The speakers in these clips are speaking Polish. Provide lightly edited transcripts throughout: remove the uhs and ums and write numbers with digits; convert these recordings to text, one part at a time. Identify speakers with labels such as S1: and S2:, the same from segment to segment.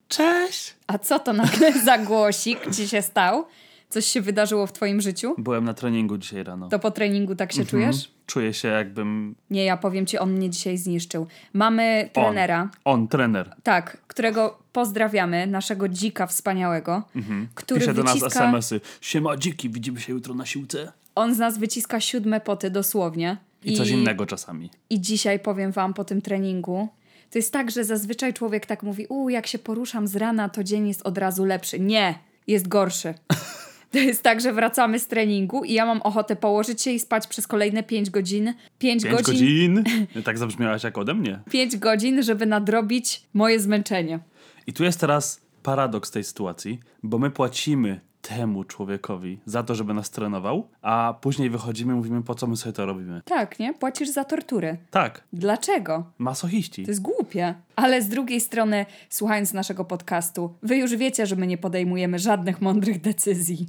S1: Cześć!
S2: A co to nagle za głosik ci się stał? Coś się wydarzyło w twoim życiu?
S1: Byłem na treningu dzisiaj rano.
S2: To po treningu tak się czujesz?
S1: Czuję się jakbym...
S2: Nie, ja powiem ci, on mnie dzisiaj zniszczył. Mamy trenera.
S1: On, trener.
S2: Tak, którego pozdrawiamy, naszego dzika wspaniałego, który
S1: Pisze do nas
S2: wyciska...
S1: SMS-y. Siema dziki, widzimy się jutro na siłce.
S2: On z nas wyciska 7 poty dosłownie.
S1: I coś innego czasami.
S2: I dzisiaj powiem wam po tym treningu, to jest tak, że zazwyczaj człowiek tak mówi, jak się poruszam z rana, to dzień jest od razu lepszy. Nie, jest gorszy. To jest tak, że wracamy z treningu i ja mam ochotę położyć się i spać przez kolejne 5 godzin. 5
S1: godzin? Tak zabrzmiałaś jak ode mnie.
S2: 5 godzin, żeby nadrobić moje zmęczenie.
S1: I tu jest teraz paradoks tej sytuacji, bo my płacimy temu człowiekowi za to, żeby nas trenował, a później wychodzimy i mówimy, po co my sobie to robimy.
S2: Tak, nie? Płacisz za tortury.
S1: Tak.
S2: Dlaczego?
S1: Masochiści.
S2: To jest głupie. Ale z drugiej strony, słuchając naszego podcastu, wy już wiecie, że my nie podejmujemy żadnych mądrych decyzji.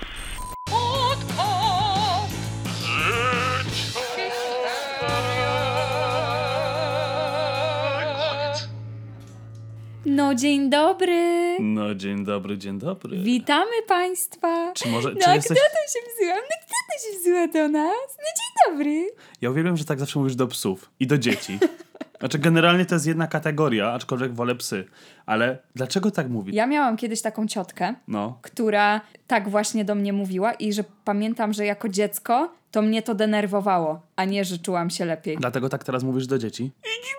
S2: No dzień dobry.
S1: No dzień dobry, dzień dobry.
S2: Witamy państwa.
S1: Czy może...
S2: No
S1: czy
S2: a
S1: jesteś...
S2: kto to się wzywa? No kto to się wzywa do nas? No dzień dobry.
S1: Ja uwielbiam, że tak zawsze mówisz do psów i do dzieci. Znaczy generalnie to jest jedna kategoria, aczkolwiek wolę psy. Ale dlaczego tak mówić?
S2: Ja miałam kiedyś taką ciotkę, która tak właśnie do mnie mówiła i że pamiętam, że jako dziecko to mnie to denerwowało, a nie, że czułam się lepiej.
S1: Dlatego tak teraz mówisz do dzieci?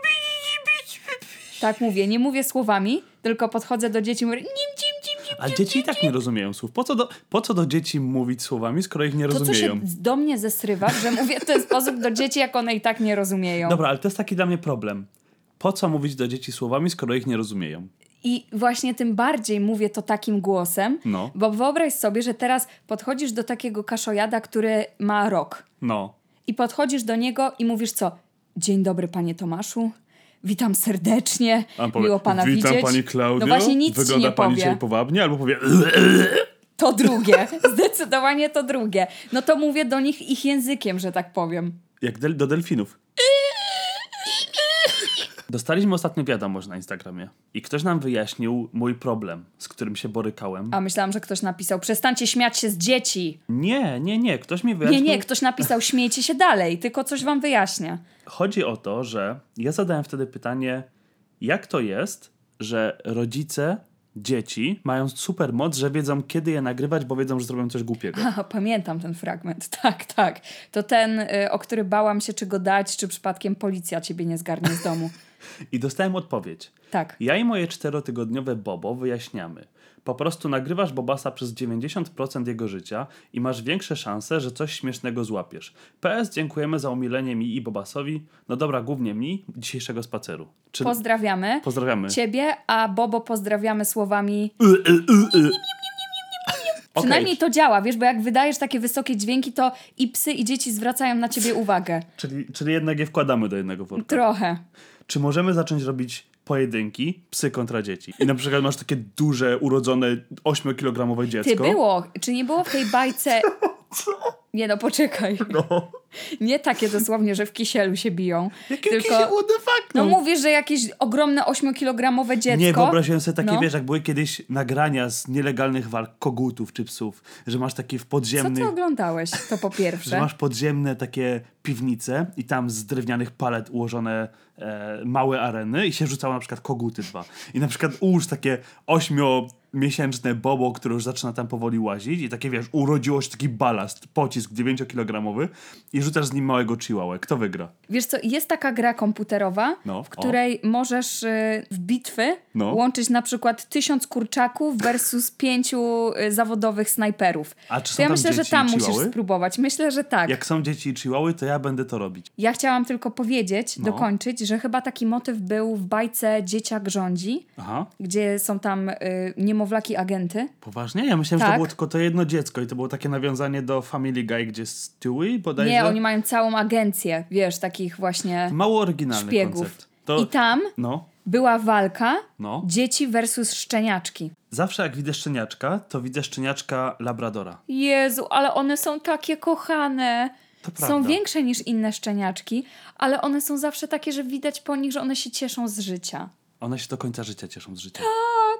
S2: Tak mówię, nie mówię słowami, tylko podchodzę do dzieci i mówię
S1: A dzieci i tak nie rozumieją słów. Po co do dzieci mówić słowami, skoro ich nie
S2: to,
S1: rozumieją?
S2: co się do mnie zesrywa, że mówię w ten sposób do dzieci, jak one i tak nie rozumieją.
S1: Dobra, ale to jest taki dla mnie problem. Po co mówić do dzieci słowami, skoro ich nie rozumieją?
S2: I właśnie tym bardziej mówię to takim głosem, bo wyobraź sobie, że teraz podchodzisz do takiego kaszojada, który ma rok. I podchodzisz do niego i mówisz co? Dzień dobry, panie Tomaszu. Witam serdecznie, miło pana widzieć.
S1: Witam pani Klaudio.
S2: No właśnie nic
S1: Wygląda
S2: ci nie
S1: pani
S2: powie.
S1: dzisiaj powabnie, albo powie...
S2: To drugie, zdecydowanie to drugie. No to mówię do nich ich językiem, że tak powiem.
S1: Jak do delfinów. Dostaliśmy ostatnio wiadomość na Instagramie i ktoś nam wyjaśnił mój problem, z którym się borykałem.
S2: A myślałam, że ktoś napisał, przestańcie śmiać się z dzieci.
S1: Nie, ktoś mi wyjaśnił...
S2: Nie, ktoś napisał, śmiejcie się dalej, tylko coś wam wyjaśnia.
S1: Chodzi o to, że ja zadałem wtedy pytanie, jak to jest, że rodzice dzieci mają super moc, że wiedzą, kiedy je nagrywać, bo wiedzą, że zrobią coś głupiego.
S2: Pamiętam ten fragment. Tak. To ten, o który bałam się, czy go dać, czy przypadkiem policja ciebie nie zgarnie z domu.
S1: I dostałem odpowiedź.
S2: Tak.
S1: Ja i moje 4-tygodniowe Bobo wyjaśniamy. Po prostu nagrywasz Bobasa przez 90% jego życia i masz większe szanse, że coś śmiesznego złapiesz. PS, dziękujemy za umilenie mi i Bobasowi, no dobra, głównie mi, dzisiejszego spaceru.
S2: Pozdrawiamy. Ciebie, a Bobo pozdrawiamy słowami... Przynajmniej to działa, wiesz, bo jak wydajesz takie wysokie dźwięki, to i psy, i dzieci zwracają na ciebie uwagę.
S1: Czyli jednak je wkładamy do jednego worka.
S2: Trochę.
S1: Czy możemy zacząć robić pojedynki psy kontra dzieci? I na przykład masz takie duże, urodzone 8-kilogramowe dziecko.
S2: Czy nie było w tej bajce... Nie no, poczekaj. Nie takie dosłownie, że w kisielu się biją.
S1: Jakie kisielu? What the fuck?
S2: No mówisz, że jakieś ogromne 8-kilogramowe dziecko.
S1: Nie, wyobraziłem sobie takie, wiesz, jak były kiedyś nagrania z nielegalnych walk kogutów czy psów, że masz takie w podziemnych...
S2: Co ty oglądałeś, to po pierwsze?
S1: Że masz podziemne takie piwnice i tam z drewnianych palet ułożone małe areny i się rzucało na przykład koguty 2. I na przykład ułóż takie 8-miesięczne Bobo, które już zaczyna tam powoli łazić i takie, wiesz, urodziło się taki balast, pocisk 9-kilogramowy i rzucasz z nim małego chihuahua. Kto wygra?
S2: Wiesz co, jest taka gra komputerowa, w której możesz w bitwy łączyć na przykład 1000 kurczaków versus 5 zawodowych snajperów.
S1: A czy są
S2: to ja
S1: tam
S2: myślę,
S1: dzieci
S2: że tam
S1: i
S2: musisz
S1: chihuahy?
S2: spróbować. Myślę, że tak.
S1: Jak są dzieci i chihuahy, to ja będę to robić.
S2: Ja chciałam tylko powiedzieć, dokończyć, że chyba taki motyw był w bajce Dzieciak rządzi, gdzie są tam niemowlaki agenty.
S1: Poważnie? Ja myślałem, że to było tylko to jedno dziecko i to było takie nawiązanie do Family Guy, gdzie Stewie bodajże...
S2: Nie, oni mają całą agencję, wiesz, takich właśnie
S1: mało oryginalny
S2: szpiegów.
S1: koncept.
S2: I tam była walka dzieci versus szczeniaczki.
S1: Zawsze jak widzę szczeniaczka, to widzę szczeniaczka labradora.
S2: Jezu, ale one są takie kochane. Są większe niż inne szczeniaczki, ale one są zawsze takie, że widać po nich, że one się cieszą z życia.
S1: One się do końca życia cieszą z życia.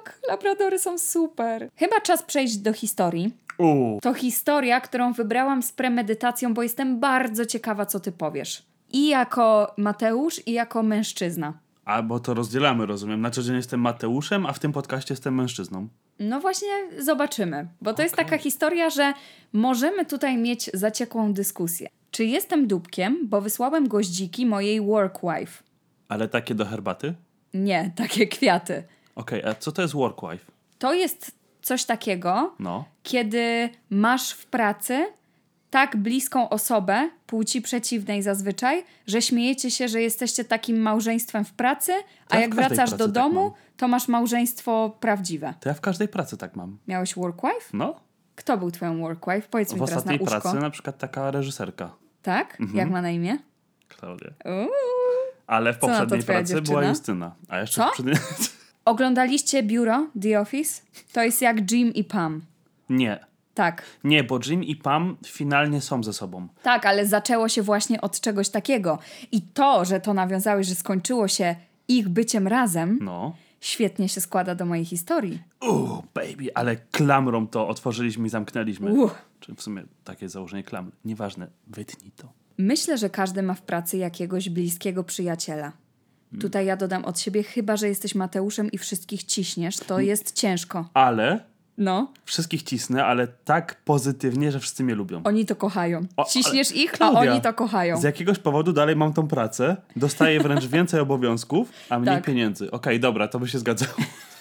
S2: Tak, labradory są super. Chyba czas przejść do historii. To historia, którą wybrałam z premedytacją, bo jestem bardzo ciekawa, co ty powiesz. I jako Mateusz, i jako mężczyzna.
S1: Bo to rozdzielamy, rozumiem. Na co dzień jestem Mateuszem, a w tym podcaście jestem mężczyzną.
S2: No właśnie zobaczymy, bo to jest taka historia, że możemy tutaj mieć zaciekłą dyskusję. Czy jestem dupkiem, bo wysłałem goździki mojej workwife?
S1: Ale takie do herbaty?
S2: Nie, takie kwiaty.
S1: Okej, a co to jest workwife?
S2: To jest coś takiego, kiedy masz w pracy tak bliską osobę, płci przeciwnej zazwyczaj, że śmiejecie się, że jesteście takim małżeństwem w pracy, a jak wracasz do domu, to masz małżeństwo prawdziwe.
S1: To ja w każdej pracy tak mam.
S2: Miałeś workwife?
S1: No.
S2: Kto był twoją workwife? Powiedz mi teraz na uszko.
S1: W ostatniej pracy na przykład taka reżyserka.
S2: Tak? Jak ma na imię?
S1: Klaudia. Ale w poprzedniej pracy była Justyna. A jeszcze
S2: co? Oglądaliście Biuro, The Office? To jest jak Jim i Pam.
S1: Nie.
S2: Tak.
S1: Nie, bo Jim i Pam finalnie są ze sobą.
S2: Tak, ale zaczęło się właśnie od czegoś takiego. I to, że to nawiązałeś, że skończyło się ich byciem razem, świetnie się składa do mojej historii.
S1: Baby, ale klamrą to otworzyliśmy i zamknęliśmy. Czy w sumie takie założenie klamry. Nieważne, wytnij to.
S2: Myślę, że każdy ma w pracy jakiegoś bliskiego przyjaciela. Tutaj ja dodam od siebie, chyba że jesteś Mateuszem i wszystkich ciśniesz, to jest ciężko.
S1: Ale... Wszystkich cisnę, ale tak pozytywnie, że wszyscy mnie lubią.
S2: Oni to kochają. Ciśniesz ich, Klaudia, a oni to kochają.
S1: Z jakiegoś powodu dalej mam tą pracę, dostaję wręcz więcej obowiązków, a mniej pieniędzy. Okej, dobra, to by się zgadzało.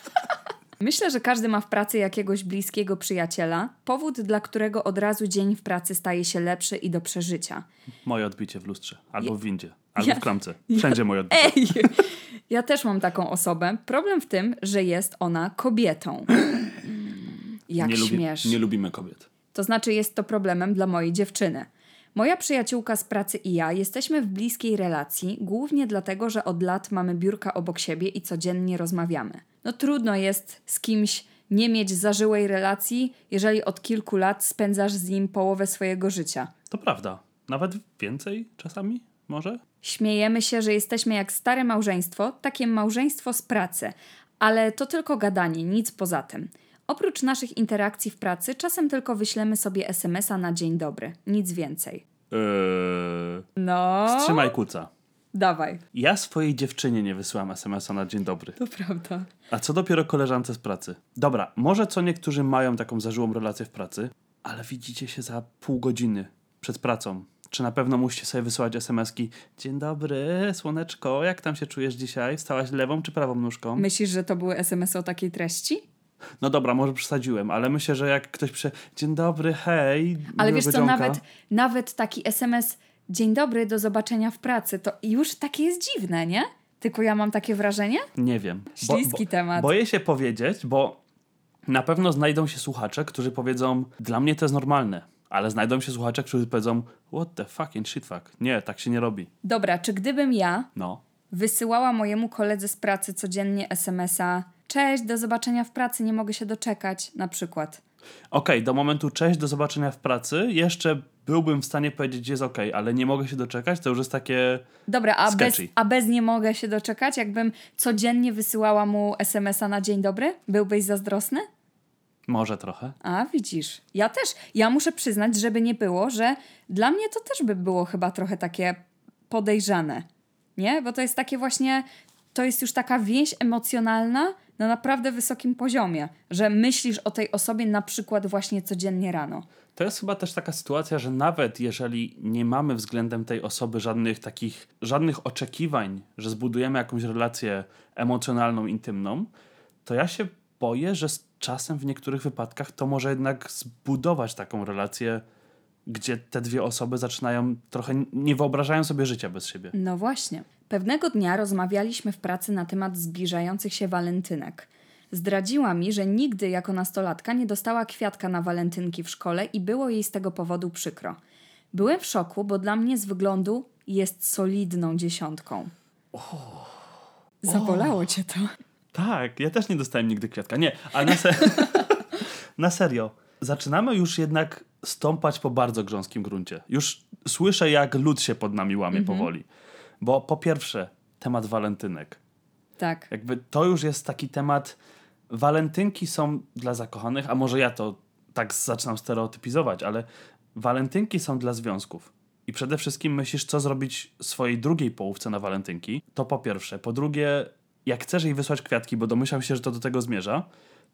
S2: Myślę, że każdy ma w pracy jakiegoś bliskiego przyjaciela, powód, dla którego od razu dzień w pracy staje się lepszy i do przeżycia.
S1: Moje odbicie w lustrze, albo w windzie, albo w klamce. Wszędzie moje odbicie.
S2: Ej! Ja też mam taką osobę. Problem w tym, że jest ona kobietą. Jak śmiesz.
S1: Nie lubimy kobiet.
S2: To znaczy jest to problemem dla mojej dziewczyny. Moja przyjaciółka z pracy i ja jesteśmy w bliskiej relacji, głównie dlatego, że od lat mamy biurka obok siebie i codziennie rozmawiamy. Trudno jest z kimś nie mieć zażyłej relacji, jeżeli od kilku lat spędzasz z nim połowę swojego życia.
S1: To prawda. Nawet więcej czasami może?
S2: Śmiejemy się, że jesteśmy jak stare małżeństwo, takie małżeństwo z pracy. Ale to tylko gadanie, nic poza tym. Oprócz naszych interakcji w pracy, czasem tylko wyślemy sobie SMS-a na dzień dobry. Nic więcej.
S1: Wstrzymaj kuca.
S2: Dawaj.
S1: Ja swojej dziewczynie nie wysyłam SMS-a na dzień dobry.
S2: To prawda.
S1: A co dopiero koleżance z pracy? Dobra, może co niektórzy mają taką zażyłą relację w pracy, ale widzicie się za pół godziny przed pracą. Czy na pewno musicie sobie wysyłać SMS-ki? Dzień dobry, słoneczko, jak tam się czujesz dzisiaj? Wstałaś lewą czy prawą nóżką?
S2: Myślisz, że to były SMS-y o takiej treści?
S1: No dobra, może przesadziłem, ale myślę, że jak ktoś dzień dobry, hej.
S2: Ale wiesz co, nawet taki SMS dzień dobry, do zobaczenia w pracy, to już takie jest dziwne, nie? Tylko ja mam takie wrażenie?
S1: Nie wiem.
S2: Śliski temat.
S1: Boję się powiedzieć, bo na pewno znajdą się słuchacze, którzy powiedzą, dla mnie to jest normalne. Ale znajdą się słuchacze, którzy powiedzą, what the fucking shit fuck. Nie, tak się nie robi.
S2: Dobra, czy gdybym ja wysyłała mojemu koledze z pracy codziennie SMS-a cześć, do zobaczenia w pracy, nie mogę się doczekać, na przykład.
S1: Okej, do momentu cześć, do zobaczenia w pracy, jeszcze byłbym w stanie powiedzieć, że jest ale nie mogę się doczekać, to już jest takie
S2: dobra,
S1: sketchy.
S2: Bez nie mogę się doczekać, jakbym codziennie wysyłała mu SMS-a na dzień dobry, byłbyś zazdrosny?
S1: Może trochę.
S2: A, widzisz. Ja muszę przyznać, żeby nie było, że dla mnie to też by było chyba trochę takie podejrzane. Nie? Bo to jest takie właśnie, to jest już taka więź emocjonalna na naprawdę wysokim poziomie, że myślisz o tej osobie na przykład właśnie codziennie rano.
S1: To jest chyba też taka sytuacja, że nawet jeżeli nie mamy względem tej osoby żadnych oczekiwań, że zbudujemy jakąś relację emocjonalną, intymną, to ja się boję, że z czasem w niektórych wypadkach to może jednak zbudować taką relację, gdzie te dwie osoby zaczynają trochę, nie wyobrażają sobie życia bez siebie.
S2: No właśnie. Pewnego dnia rozmawialiśmy w pracy na temat zbliżających się walentynek. Zdradziła mi, że nigdy jako nastolatka nie dostała kwiatka na walentynki w szkole i było jej z tego powodu przykro. Byłem w szoku, bo dla mnie z wyglądu jest solidną 10. Zabolało cię to?
S1: Tak, ja też nie dostałem nigdy kwiatka. Nie, ale na serio. Zaczynamy już jednak stąpać po bardzo grząskim gruncie. Już słyszę, jak lód się pod nami łamie powoli. Bo po pierwsze, temat walentynek.
S2: Tak.
S1: Jakby to już jest taki temat walentynki są dla zakochanych, a może ja to tak zaczynam stereotypizować, ale walentynki są dla związków. I przede wszystkim myślisz, co zrobić swojej drugiej połówce na walentynki. To po pierwsze. Po drugie, jak chcesz jej wysłać kwiatki, bo domyślam się, że to do tego zmierza,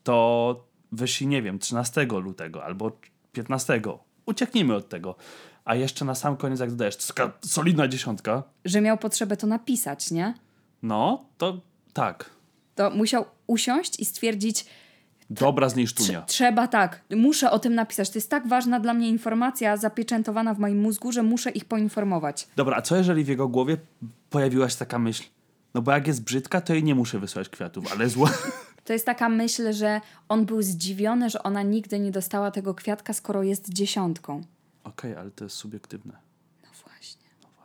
S1: to wyślij, nie wiem, 13 lutego albo 15. Ucieknijmy od tego. A jeszcze na sam koniec, jak dodajesz, taka solidna 10.
S2: Że miał potrzebę to napisać, nie?
S1: No, to tak.
S2: To musiał usiąść i stwierdzić...
S1: Dobra z niej sztunia.
S2: Trzeba tak. Muszę o tym napisać. To jest tak ważna dla mnie informacja zapieczętowana w moim mózgu, że muszę ich poinformować.
S1: Dobra, a co jeżeli w jego głowie pojawiła się taka myśl? No bo jak jest brzydka, to jej nie muszę wysłać kwiatów, ale zła...
S2: To jest taka myśl, że on był zdziwiony, że ona nigdy nie dostała tego kwiatka, skoro jest 10.
S1: Okej, ale to jest subiektywne.
S2: No właśnie.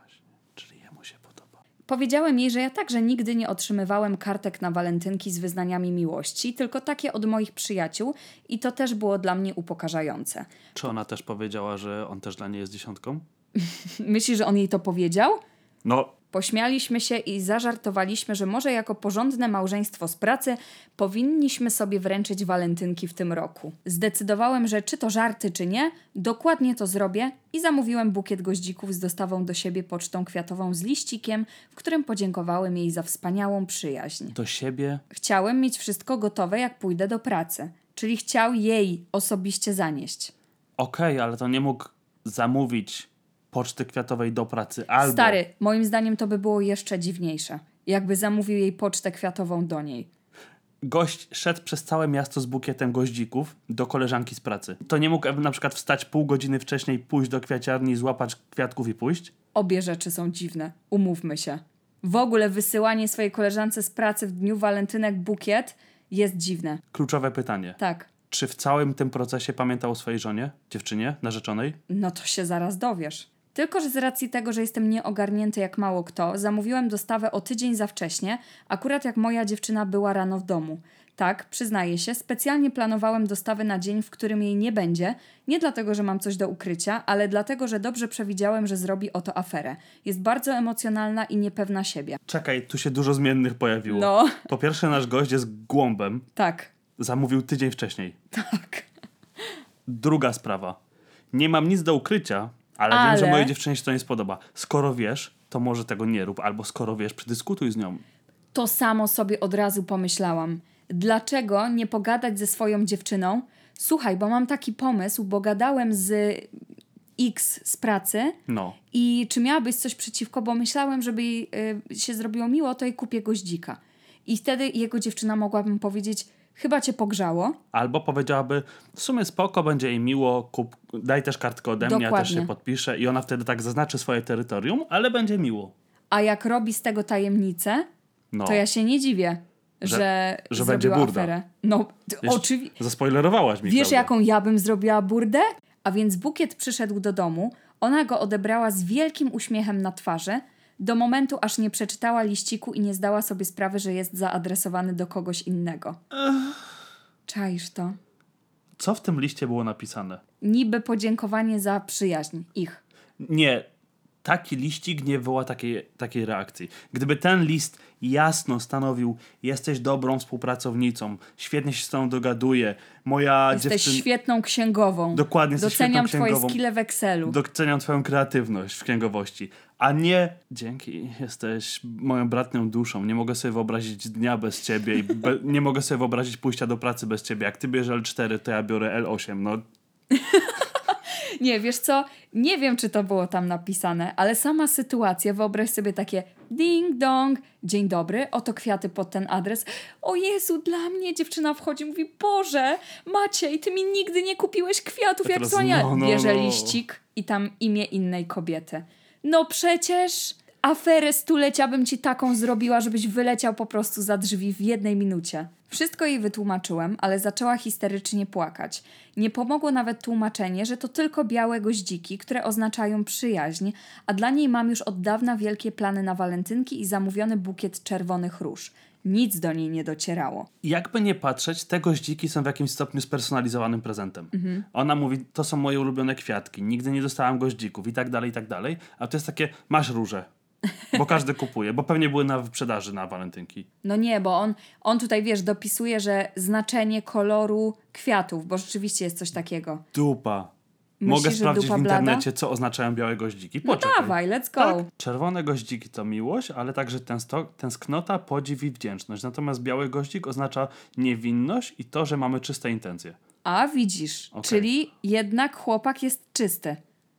S1: Czyli jemu się podoba.
S2: Powiedziałem jej, że ja także nigdy nie otrzymywałem kartek na walentynki z wyznaniami miłości, tylko takie od moich przyjaciół i to też było dla mnie upokarzające.
S1: Czy ona też powiedziała, że on też dla niej jest 10?
S2: Myślisz, że on jej to powiedział?
S1: No.
S2: Pośmialiśmy się i zażartowaliśmy, że może jako porządne małżeństwo z pracy powinniśmy sobie wręczyć walentynki w tym roku. Zdecydowałem, że czy to żarty, czy nie, dokładnie to zrobię i zamówiłem bukiet goździków z dostawą do siebie pocztą kwiatową z liścikiem, w którym podziękowałem jej za wspaniałą przyjaźń.
S1: Do siebie?
S2: Chciałem mieć wszystko gotowe, jak pójdę do pracy. Czyli chciał jej osobiście zanieść.
S1: Okej, ale to nie mógł zamówić poczty kwiatowej do pracy albo...
S2: Stary, moim zdaniem to by było jeszcze dziwniejsze. Jakby zamówił jej pocztę kwiatową do niej.
S1: Gość szedł przez całe miasto z bukietem goździków do koleżanki z pracy. To nie mógł na przykład wstać pół godziny wcześniej, pójść do kwiaciarni, złapać kwiatków i pójść?
S2: Obie rzeczy są dziwne. Umówmy się. W ogóle wysyłanie swojej koleżance z pracy w dniu walentynek bukiet jest dziwne.
S1: Kluczowe pytanie.
S2: Tak.
S1: Czy w całym tym procesie pamiętał o swojej żonie, dziewczynie, narzeczonej?
S2: No to się zaraz dowiesz. Tylko że z racji tego, że jestem nieogarnięty jak mało kto, zamówiłem dostawę o tydzień za wcześnie, akurat jak moja dziewczyna była rano w domu. Tak, przyznaję się, specjalnie planowałem dostawę na dzień, w którym jej nie będzie, nie dlatego, że mam coś do ukrycia, ale dlatego, że dobrze przewidziałem, że zrobi o to aferę. Jest bardzo emocjonalna i niepewna siebie.
S1: Czekaj, tu się dużo zmiennych pojawiło.
S2: No.
S1: Po pierwsze, nasz gość jest głąbem.
S2: Tak.
S1: Zamówił tydzień wcześniej.
S2: Tak.
S1: Druga sprawa. Nie mam nic do ukrycia, ale wiem, że mojej dziewczynie się to nie spodoba. Skoro wiesz, to może tego nie rób, albo skoro wiesz, przedyskutuj z nią.
S2: To samo sobie od razu pomyślałam. Dlaczego nie pogadać ze swoją dziewczyną? Słuchaj, bo mam taki pomysł, bo gadałem z X z pracy i czy miałabyś coś przeciwko, bo myślałem, żeby jej się zrobiło miło, to jej kupię goździka. I wtedy jego dziewczyna mogłabym powiedzieć, chyba cię pogrzało.
S1: Albo powiedziałaby, w sumie spoko, będzie jej miło, daj też kartkę ode mnie, ja też się podpiszę i ona wtedy tak zaznaczy swoje terytorium, ale będzie miło.
S2: A jak robi z tego tajemnicę, to ja się nie dziwię, że
S1: będzie burda.
S2: Aferę. No, oczywiście.
S1: Zaspoilerowałaś mi.
S2: Wiesz,
S1: Klaudia.
S2: jaką ja bym zrobiła burdę? A więc bukiet przyszedł do domu, ona go odebrała z wielkim uśmiechem na twarzy, do momentu, aż nie przeczytała liściku i nie zdała sobie sprawy, że jest zaadresowany do kogoś innego. Czaisz to?
S1: Co w tym liście było napisane?
S2: Niby podziękowanie za przyjaźń ich.
S1: Nie, taki liścik nie wywoła takiej reakcji. Gdyby ten list jasno stanowił, jesteś dobrą współpracownicą, świetnie się z tą dogaduję,
S2: jesteś świetną księgową.
S1: Dokładnie, jesteś
S2: doceniam
S1: świetną księgową.
S2: twoje skille w Excelu.
S1: Doceniam twoją kreatywność w księgowości. A nie, dzięki, jesteś moją bratnią duszą. Nie mogę sobie wyobrazić dnia bez ciebie i nie mogę sobie wyobrazić pójścia do pracy bez ciebie. Jak ty bierzesz L4, to ja biorę L8. No.
S2: Nie, wiesz co? Nie wiem, czy to było tam napisane, ale sama sytuacja, wyobraź sobie takie ding dong, dzień dobry, oto kwiaty pod ten adres. O Jezu, dla mnie dziewczyna wchodzi, mówi, Boże, Maciej, ty mi nigdy nie kupiłeś kwiatów, jak wspaniale. Bierze liścik i tam imię innej kobiety. No przecież aferę stulecia bym ci taką zrobiła, żebyś wyleciał po prostu za drzwi w 1 minucie. Wszystko jej wytłumaczyłem, ale zaczęła histerycznie płakać. Nie pomogło nawet tłumaczenie, że to tylko białe goździki, które oznaczają przyjaźń, a dla niej mam już od dawna wielkie plany na walentynki i zamówiony bukiet czerwonych róż. Nic do niej nie docierało.
S1: Jakby nie patrzeć, te goździki są w jakimś stopniu spersonalizowanym prezentem. Ona mówi, to są moje ulubione kwiatki, nigdy nie dostałam goździków i tak dalej, a to jest takie, masz róże. Bo każdy kupuje, bo pewnie były na wyprzedaży na walentynki.
S2: No nie, bo on tutaj, wiesz, dopisuje, że znaczenie koloru kwiatów, bo rzeczywiście jest coś takiego.
S1: Dupa. Mogę sprawdzić w internecie, co oznaczają białe goździki. Poczekaj.
S2: No dawaj, let's go.
S1: Tak, czerwone goździki to miłość, ale także tęsknota, podziw i wdzięczność. Natomiast biały goździk oznacza niewinność i to, że mamy czyste intencje.
S2: A widzisz, czyli jednak chłopak jest czysty.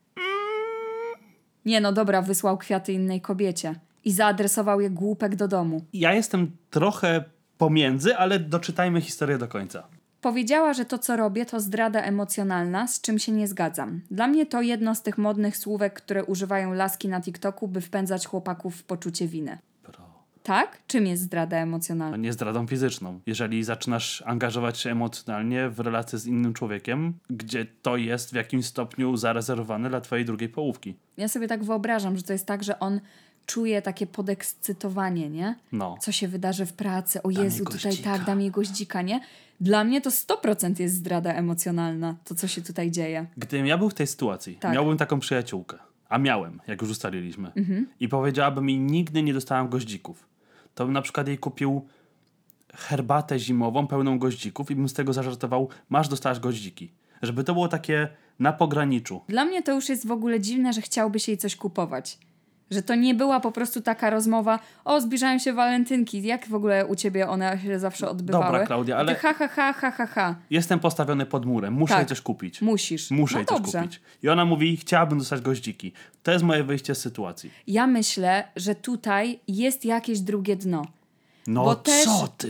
S2: Nie no dobra, wysłał kwiaty innej kobiecie i zaadresował je głupek do domu.
S1: Ja jestem trochę pomiędzy, ale doczytajmy historię do końca.
S2: Powiedziała, że to, co robię, to zdrada emocjonalna, z czym się nie zgadzam. Dla mnie to jedno z tych modnych słówek, które używają laski na TikToku, by wpędzać chłopaków w poczucie winy. Tak? Czym jest zdrada emocjonalna?
S1: Nie zdradą fizyczną. Jeżeli zaczynasz angażować się emocjonalnie w relację z innym człowiekiem, gdzie to jest w jakimś stopniu zarezerwowane dla twojej drugiej połówki.
S2: Ja sobie tak wyobrażam, że to jest tak, że on czuje takie podekscytowanie, nie?
S1: No.
S2: Co się wydarzy w pracy? O Jezu, tutaj tak, dam jej goździka, nie? Dla mnie to 100% jest zdrada emocjonalna, to co się tutaj dzieje.
S1: Gdybym ja był w tej sytuacji, miałbym taką przyjaciółkę, a miałem, jak już ustaliliśmy, i powiedziałaby mi, nigdy nie dostałam goździków, to bym na przykład jej kupił herbatę zimową pełną goździków i bym z tego zażartował, masz, dostałaś goździki. Żeby to było takie na pograniczu.
S2: Dla mnie to już jest w ogóle dziwne, że chciałbyś jej coś kupować. Że to nie była po prostu taka rozmowa, o, zbliżają się walentynki, jak w ogóle u ciebie one się zawsze odbywały?
S1: Dobra, Klaudia, ale...
S2: Ha.
S1: Jestem postawiony pod murem, muszę jej coś kupić. Muszę jej coś kupić. I ona mówi, chciałabym dostać goździki. To jest moje wyjście z sytuacji.
S2: Ja myślę, że tutaj jest jakieś drugie dno.
S1: No bo co ty?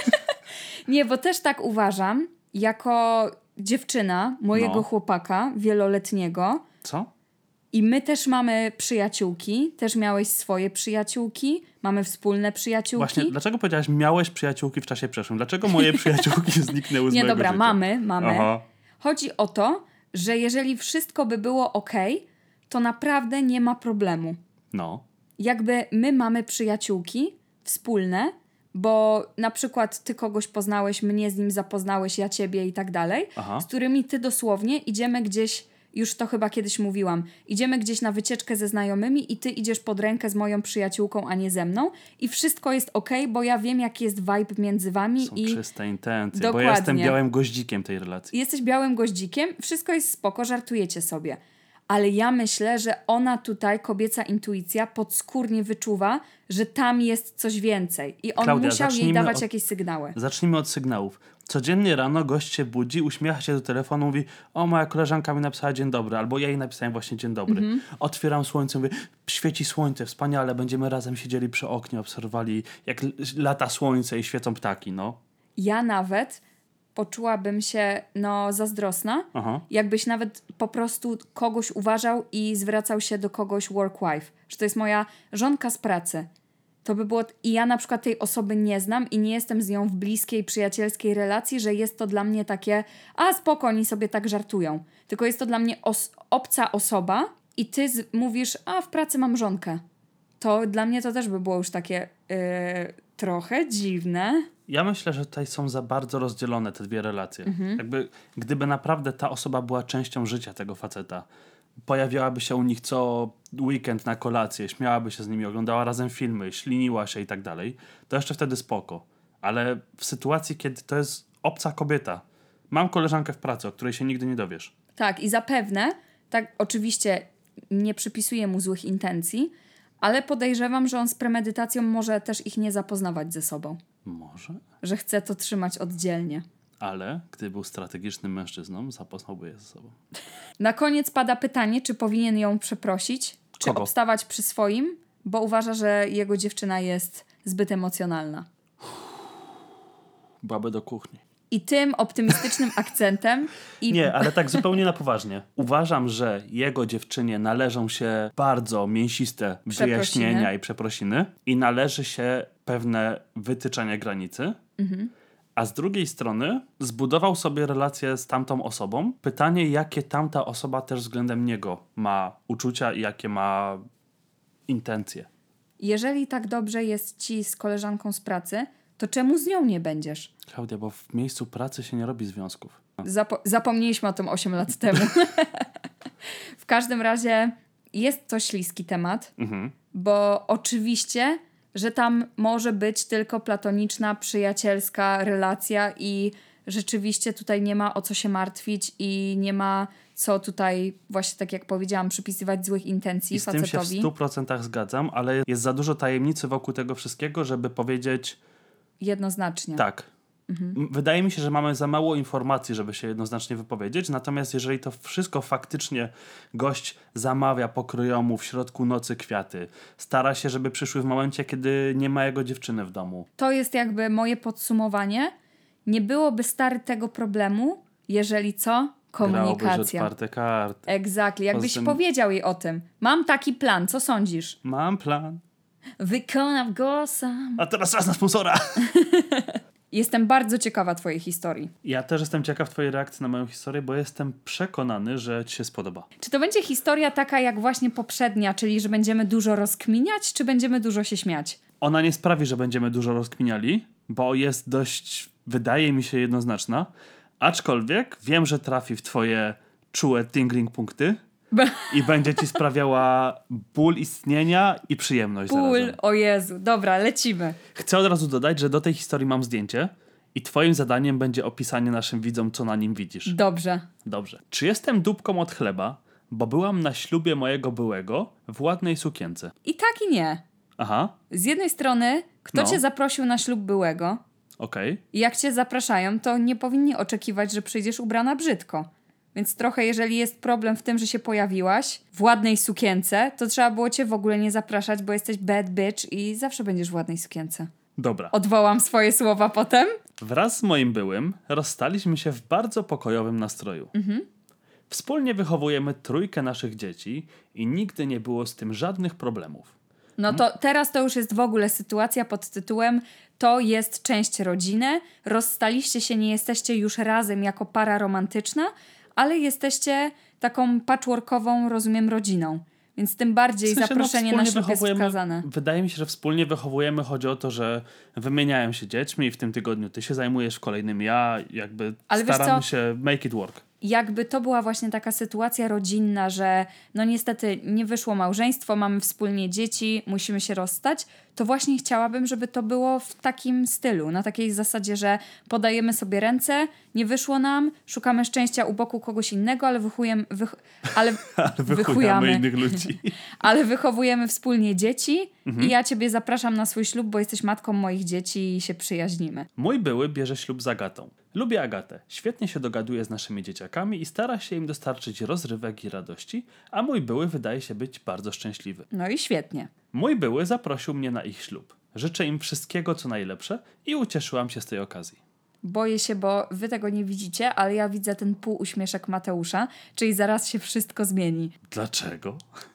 S2: Nie, bo też tak uważam, jako dziewczyna mojego chłopaka wieloletniego.
S1: Co?
S2: I my też mamy przyjaciółki, też miałeś swoje przyjaciółki, mamy wspólne przyjaciółki.
S1: Właśnie, dlaczego powiedziałaś, miałeś przyjaciółki w czasie przeszłym? Dlaczego moje przyjaciółki zniknęły z mojego życia?
S2: mamy. Aha. Chodzi o to, że jeżeli wszystko by było okej, to naprawdę nie ma problemu.
S1: No.
S2: Jakby my mamy przyjaciółki wspólne, bo na przykład ty kogoś poznałeś, mnie z nim zapoznałeś, ja ciebie i tak dalej, z którymi ty dosłownie idziemy gdzieś. Już to chyba kiedyś mówiłam. Idziemy gdzieś na wycieczkę ze znajomymi i ty idziesz pod rękę z moją przyjaciółką, a nie ze mną. I wszystko jest okej, bo ja wiem, jaki jest vibe między wami.
S1: Są czyste intencje, bo ja jestem białym goździkiem tej relacji.
S2: Jesteś białym goździkiem, wszystko jest spoko, żartujecie sobie. Ale ja myślę, że ona tutaj, kobieca intuicja, podskórnie wyczuwa, że tam jest coś więcej. I on musiał jej dawać jakieś sygnały.
S1: Zacznijmy od sygnałów. Codziennie rano gość się budzi, uśmiecha się do telefonu, mówi, o, moja koleżanka mi napisała dzień dobry, albo ja jej napisałem właśnie dzień dobry. Otwieram słońce, mówię, świeci słońce, wspaniale, będziemy razem siedzieli przy oknie, obserwowali jak lata słońce i świecą ptaki, no.
S2: Ja nawet poczułabym się, zazdrosna, jakbyś nawet po prostu kogoś uważał i zwracał się do kogoś work-wife, że to jest moja żonka z pracy. To by było... I ja na przykład tej osoby nie znam i nie jestem z nią w bliskiej, przyjacielskiej relacji, że jest to dla mnie takie, a spoko, oni sobie tak żartują. Tylko jest to dla mnie obca osoba i ty mówisz, a w pracy mam żonkę. To dla mnie to też by było już takie trochę dziwne.
S1: Ja myślę, że tutaj są za bardzo rozdzielone te dwie relacje. Jakby, gdyby naprawdę ta osoba była częścią życia tego faceta, pojawiałaby się u nich co weekend na kolację, śmiałaby się z nimi, oglądała razem filmy, śliniła się i tak dalej, to jeszcze wtedy spoko. Ale w sytuacji, kiedy to jest obca kobieta, mam koleżankę w pracy, o której się nigdy nie dowiesz.
S2: Tak, i zapewne, tak oczywiście nie przypisuję mu złych intencji, ale podejrzewam, że on z premedytacją może też ich nie zapoznawać ze sobą.
S1: Może?
S2: Że chce to trzymać oddzielnie.
S1: Ale gdy był strategicznym mężczyzną, zapoznałby je ze sobą.
S2: Na koniec pada pytanie, czy powinien ją przeprosić, czy obstawać przy swoim, bo uważa, że jego dziewczyna jest zbyt emocjonalna.
S1: Byłaby do kuchni.
S2: I tym optymistycznym akcentem...
S1: Nie, ale tak zupełnie na poważnie. Uważam, że jego dziewczynie należą się bardzo mięsiste wyjaśnienia i przeprosiny i należy się pewne wytyczanie granicy. A z drugiej strony zbudował sobie relację z tamtą osobą. Pytanie, jakie tamta osoba też względem niego ma uczucia i jakie ma intencje.
S2: Jeżeli tak dobrze jest ci z koleżanką z pracy, to czemu z nią nie będziesz?
S1: Klaudia, bo w miejscu pracy się nie robi związków.
S2: Zapomnieliśmy o tym 8 lat temu. W każdym razie jest to śliski temat. Bo oczywiście, że tam może być tylko platoniczna, przyjacielska relacja i rzeczywiście tutaj nie ma o co się martwić i nie ma co tutaj, właśnie tak jak powiedziałam, przypisywać złych intencji
S1: I z
S2: facetowi.
S1: tym się w 100% zgadzam, ale jest za dużo tajemnicy wokół tego wszystkiego, żeby powiedzieć...
S2: Jednoznacznie.
S1: Tak. Wydaje mi się, że mamy za mało informacji, żeby się jednoznacznie wypowiedzieć, natomiast jeżeli to wszystko faktycznie gość zamawia pokrojomu w środku nocy kwiaty, stara się, żeby przyszły w momencie, kiedy nie ma jego dziewczyny w domu.
S2: To jest jakby moje podsumowanie. Nie byłoby tego problemu, jeżeli co? Komunikacja.
S1: Grałobyś otwarte karty.
S2: Exactly. Jakbyś powiedział jej o tym. Mam taki plan, co sądzisz?
S1: Mam plan.
S2: Wykonam go sam.
S1: A teraz czas na sponsora.
S2: Jestem bardzo ciekawa twojej historii.
S1: Ja też jestem ciekaw twojej reakcji na moją historię, bo jestem przekonany, że ci się spodoba.
S2: Czy to będzie historia taka jak właśnie poprzednia, czyli że będziemy dużo rozkminiać, czy będziemy dużo się śmiać?
S1: Ona nie sprawi, że będziemy dużo rozkminiali, bo jest dość, wydaje mi się, jednoznaczna. Aczkolwiek wiem, że trafi w twoje czułe tingling punkty i będzie ci sprawiała ból istnienia i przyjemność zarazem.
S2: Ból, o Jezu. Dobra, lecimy.
S1: Chcę od razu dodać, że do tej historii mam zdjęcie i twoim zadaniem będzie opisanie naszym widzom, co na nim widzisz.
S2: Dobrze.
S1: Czy jestem dupką od chleba, bo byłam na ślubie mojego byłego w ładnej sukience?
S2: I tak i nie.
S1: Aha.
S2: Z jednej strony, kto cię zaprosił na ślub byłego?
S1: Okej.
S2: I jak cię zapraszają, to nie powinni oczekiwać, że przyjdziesz ubrana brzydko. Więc trochę, jeżeli jest problem w tym, że się pojawiłaś w ładnej sukience, to trzeba było cię w ogóle nie zapraszać, bo jesteś bad bitch i zawsze będziesz w ładnej sukience.
S1: Dobra.
S2: Odwołam swoje słowa potem.
S1: Wraz z moim byłym rozstaliśmy się w bardzo pokojowym nastroju. Wspólnie wychowujemy 3 naszych dzieci i nigdy nie było z tym żadnych problemów.
S2: No to teraz to już jest w ogóle sytuacja pod tytułem to jest część rodziny, rozstaliście się, nie jesteście już razem jako para romantyczna, ale jesteście taką patchworkową, rozumiem, rodziną. Więc tym bardziej zaproszenie na ślub jest wskazane.
S1: Wydaje mi się, że wspólnie wychowujemy. Chodzi o to, że wymieniają się dziećmi i w tym tygodniu ty się zajmujesz, w kolejnym ja. Jakby staramy się make it work.
S2: Jakby to była właśnie taka sytuacja rodzinna, że no niestety nie wyszło małżeństwo, mamy wspólnie dzieci, musimy się rozstać, to właśnie chciałabym, żeby to było w takim stylu, na takiej zasadzie, że podajemy sobie ręce, nie wyszło nam, szukamy szczęścia u boku kogoś innego, ale
S1: wychujamy innych ludzi.
S2: Ale wychowujemy wspólnie dzieci i ja ciebie zapraszam na swój ślub, bo jesteś matką moich dzieci i się przyjaźnimy.
S1: Mój były bierze ślub z Agatą. Lubię Agatę. Świetnie się dogaduje z naszymi dzieciakami i stara się im dostarczyć rozrywek i radości, a mój były wydaje się być bardzo szczęśliwy.
S2: No i świetnie.
S1: Mój były zaprosił mnie na ich ślub. Życzę im wszystkiego, co najlepsze i ucieszyłam się z tej okazji.
S2: Boję się, bo wy tego nie widzicie, ale ja widzę ten półuśmieszek Mateusza, czyli zaraz się wszystko zmieni.
S1: Dlaczego?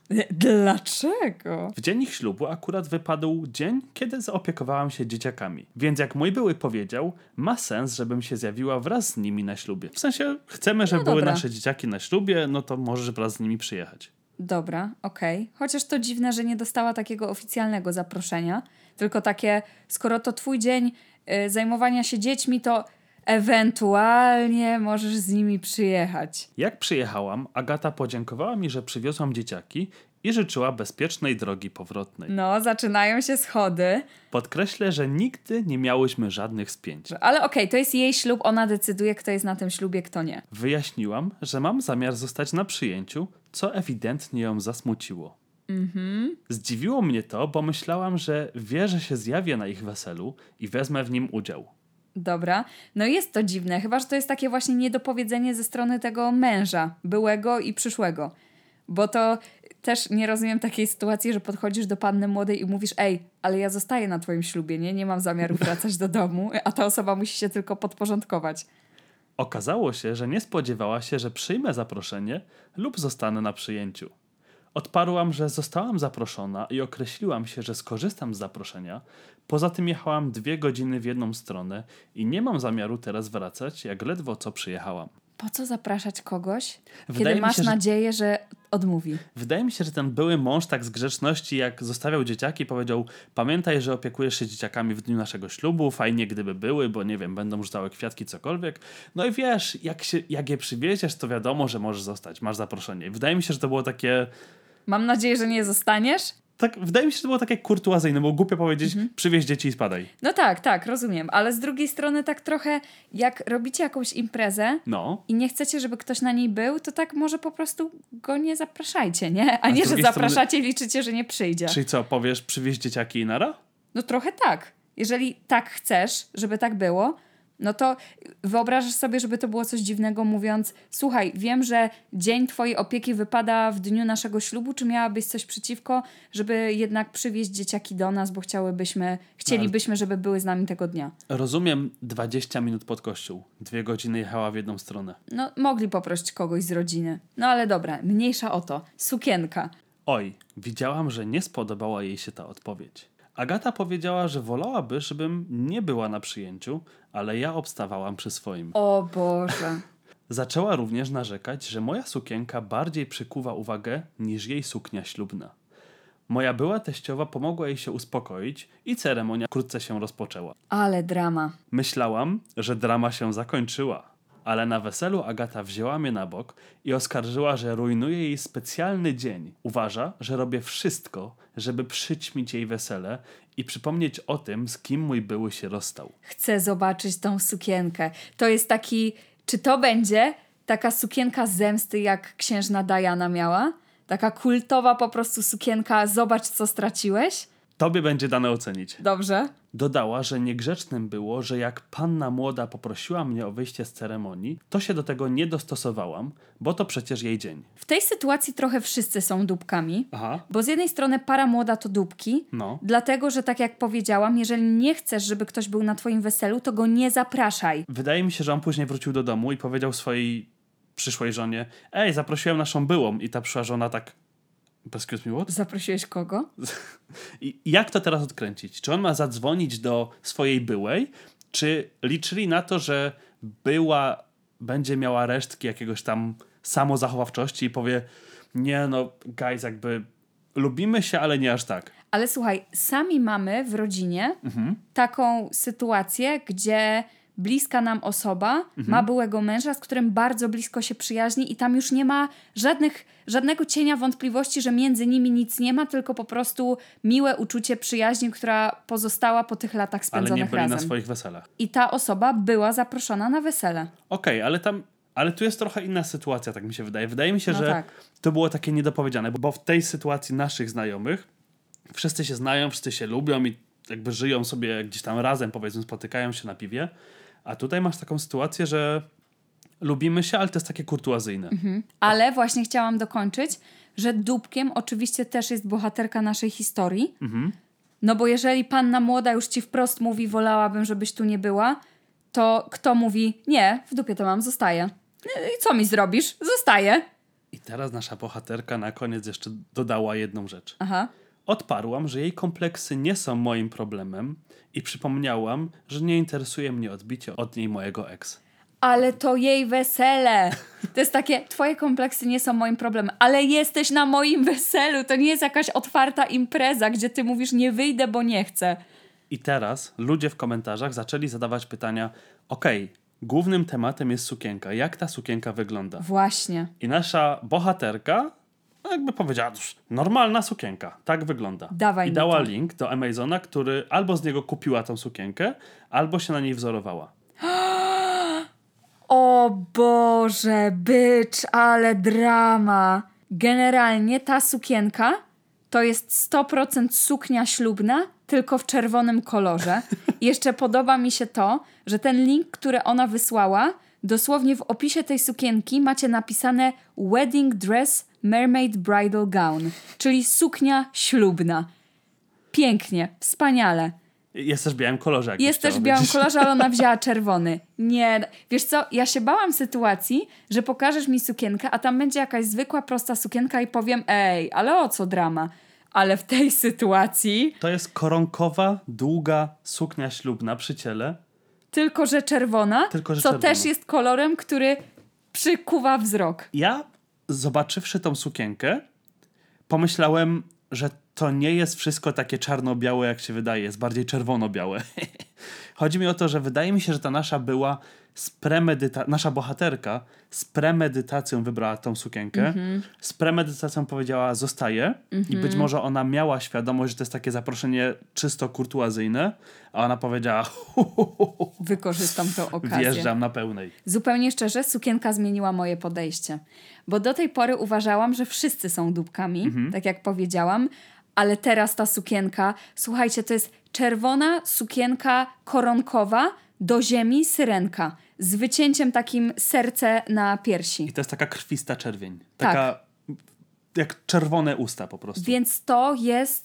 S2: Dlaczego?
S1: W dzień ich ślubu akurat wypadł dzień, kiedy zaopiekowałam się dzieciakami. Więc jak mój były powiedział, ma sens, żebym się zjawiła wraz z nimi na ślubie. W sensie, chcemy, żeby były nasze dzieciaki na ślubie, no to możesz wraz z nimi przyjechać.
S2: Dobra, okej. Chociaż to dziwne, że nie dostała takiego oficjalnego zaproszenia, tylko takie, skoro to twój dzień zajmowania się dziećmi, to ewentualnie możesz z nimi przyjechać.
S1: Jak przyjechałam, Agata podziękowała mi, że przywiozłam dzieciaki i życzyła bezpiecznej drogi powrotnej.
S2: No, zaczynają się schody.
S1: Podkreślę, że nigdy nie miałyśmy żadnych spięć.
S2: Ale okej, to jest jej ślub, ona decyduje, kto jest na tym ślubie, kto nie.
S1: Wyjaśniłam, że mam zamiar zostać na przyjęciu, co ewidentnie ją zasmuciło. Zdziwiło mnie to, bo myślałam, że wie, że się zjawię na ich weselu i wezmę w nim udział.
S2: Dobra, no jest to dziwne, chyba że to jest takie właśnie niedopowiedzenie ze strony tego męża, byłego i przyszłego. Bo to też nie rozumiem takiej sytuacji, że podchodzisz do panny młodej i mówisz: ej, ale ja zostaję na twoim ślubie, nie mam zamiaru wracać do domu, a ta osoba musi się tylko podporządkować.
S1: Okazało się, że nie spodziewała się, że przyjmę zaproszenie lub zostanę na przyjęciu. Odparłam, że zostałam zaproszona i określiłam się, że skorzystam z zaproszenia. Poza tym jechałam 2 godziny w jedną stronę i nie mam zamiaru teraz wracać, jak ledwo co przyjechałam.
S2: Po co zapraszać kogoś, kiedy masz nadzieję, że odmówi?
S1: Wydaje mi się, że ten były mąż tak z grzeczności, jak zostawiał dzieciaki, powiedział: pamiętaj, że opiekujesz się dzieciakami w dniu naszego ślubu, fajnie gdyby były, bo nie wiem, będą rzucały kwiatki, cokolwiek. No i wiesz, jak je przywieziesz, to wiadomo, że możesz zostać, masz zaproszenie. Wydaje mi się, że to było takie...
S2: Mam nadzieję, że nie zostaniesz?
S1: tak, wydaje mi się, że to było takie kurtuazyjne, bo głupio powiedzieć, przywieź dzieci i spadaj.
S2: No tak, rozumiem. Ale z drugiej strony tak trochę, jak robicie jakąś imprezę i nie chcecie, żeby ktoś na niej był, to tak może po prostu go nie zapraszajcie, nie? A nie, że zapraszacie i liczycie, że nie przyjdzie.
S1: Czyli co, powiesz, przywieź dzieciaki i nara?
S2: No trochę tak. Jeżeli tak chcesz, żeby tak było, no to wyobrażasz sobie, żeby to było coś dziwnego, mówiąc, słuchaj, wiem, że dzień twojej opieki wypada w dniu naszego ślubu, czy miałabyś coś przeciwko, żeby jednak przywieźć dzieciaki do nas, bo chcielibyśmy, żeby były z nami tego dnia.
S1: Rozumiem 20 minut pod kościół. 2 godziny jechała w jedną stronę.
S2: No, mogli poprosić kogoś z rodziny. No ale dobra, mniejsza o to. Sukienka.
S1: Oj, widziałam, że nie spodobała jej się ta odpowiedź. Agata powiedziała, że wolałaby, żebym nie była na przyjęciu, ale ja obstawałam przy swoim.
S2: O Boże.
S1: Zaczęła również narzekać, że moja sukienka bardziej przykuwa uwagę niż jej suknia ślubna. Moja była teściowa pomogła jej się uspokoić i ceremonia wkrótce się rozpoczęła.
S2: Ale drama.
S1: Myślałam, że drama się zakończyła, ale na weselu Agata wzięła mnie na bok i oskarżyła, że rujnuję jej specjalny dzień. Uważa, że robię wszystko, żeby przyćmić jej wesele i przypomnieć o tym, z kim mój były się rozstał.
S2: Chcę zobaczyć tą sukienkę. To jest taki... Czy to będzie taka sukienka zemsty, jak księżna Diana miała? Taka kultowa po prostu sukienka, zobacz co straciłeś?
S1: Tobie będzie dane ocenić.
S2: Dobrze.
S1: Dodała, że niegrzecznym było, że jak panna młoda poprosiła mnie o wyjście z ceremonii, to się do tego nie dostosowałam, bo to przecież jej dzień.
S2: W tej sytuacji trochę wszyscy są dupkami,
S1: Aha.
S2: Bo z jednej strony para młoda to dupki, dlatego, że tak jak powiedziałam, jeżeli nie chcesz, żeby ktoś był na twoim weselu, to go nie zapraszaj.
S1: Wydaje mi się, że on później wrócił do domu i powiedział swojej przyszłej żonie, zaprosiłem naszą byłą, i ta przyszła żona tak... Excuse me, what?
S2: Zaprosiłeś kogo?
S1: I jak to teraz odkręcić? Czy on ma zadzwonić do swojej byłej? Czy liczyli na to, że była będzie miała resztki jakiegoś tam samozachowawczości i powie, nie no, guys, jakby lubimy się, ale nie aż tak.
S2: Ale słuchaj, sami mamy w rodzinie taką sytuację, gdzie bliska nam osoba ma byłego męża, z którym bardzo blisko się przyjaźni i tam już nie ma żadnego cienia wątpliwości, że między nimi nic nie ma, tylko po prostu miłe uczucie przyjaźni, która pozostała po tych latach spędzonych razem.
S1: Ale nie byli na swoich weselach.
S2: I ta osoba była zaproszona na wesele.
S1: Okej, ale tu jest trochę inna sytuacja, tak mi się wydaje. Wydaje mi się, że to było takie niedopowiedziane, bo w tej sytuacji naszych znajomych wszyscy się znają, wszyscy się lubią i jakby żyją sobie gdzieś tam razem, powiedzmy, spotykają się na piwie. A tutaj masz taką sytuację, że lubimy się, ale to jest takie kurtuazyjne.
S2: Ale właśnie chciałam dokończyć, że dupkiem oczywiście też jest bohaterka naszej historii. No bo jeżeli panna młoda już ci wprost mówi, wolałabym, żebyś tu nie była, to kto mówi, nie, w dupie to mam, zostaję. I co mi zrobisz? Zostaję.
S1: I teraz nasza bohaterka na koniec jeszcze dodała jedną rzecz.
S2: Aha.
S1: Odparłam, że jej kompleksy nie są moim problemem i przypomniałam, że nie interesuje mnie odbicie od niej mojego ex.
S2: Ale to jej wesele. To jest takie, twoje kompleksy nie są moim problemem, ale jesteś na moim weselu. To nie jest jakaś otwarta impreza, gdzie ty mówisz, nie wyjdę, bo nie chcę.
S1: I teraz ludzie w komentarzach zaczęli zadawać pytania, głównym tematem jest sukienka. Jak ta sukienka wygląda?
S2: Właśnie.
S1: I nasza bohaterka jakby powiedziała, normalna sukienka, tak wygląda.
S2: Dawaj
S1: i dała link do Amazona, który albo z niego kupiła tą sukienkę, albo się na niej wzorowała.
S2: O Boże, bycz, ale drama. Generalnie ta sukienka to jest 100% suknia ślubna, tylko w czerwonym kolorze. I jeszcze podoba mi się to, że ten link, który ona wysłała, dosłownie w opisie tej sukienki macie napisane Wedding Dress Mermaid Bridal Gown, czyli suknia ślubna. Pięknie, wspaniale.
S1: Jest też w białym kolorze.
S2: Jest też w białym kolorze, ale ona wzięła czerwony. Nie, wiesz co, ja się bałam sytuacji, że pokażesz mi sukienkę, a tam będzie jakaś zwykła, prosta sukienka i powiem, ale o co drama? Ale w tej sytuacji...
S1: To jest koronkowa, długa suknia ślubna przy ciele.
S2: Tylko, że czerwona, też jest kolorem, który przykuwa wzrok.
S1: Ja, zobaczywszy tą sukienkę, pomyślałem, że to nie jest wszystko takie czarno-białe, jak się wydaje. Jest bardziej czerwono-białe. Chodzi mi o to, że wydaje mi się, że ta nasza bohaterka z premedytacją wybrała tą sukienkę. Z premedytacją powiedziała zostaje i być może ona miała świadomość, że to jest takie zaproszenie czysto kurtuazyjne, a ona powiedziała
S2: wykorzystam tę okazję.
S1: Wjeżdżam na pełnej.
S2: Zupełnie szczerze, sukienka zmieniła moje podejście. Bo do tej pory uważałam, że wszyscy są dupkami, tak jak powiedziałam, ale teraz ta sukienka, słuchajcie, to jest czerwona sukienka koronkowa, do ziemi syrenka, z wycięciem takim serce na piersi.
S1: I to jest taka krwista czerwień. Taka jak czerwone usta po prostu.
S2: Więc to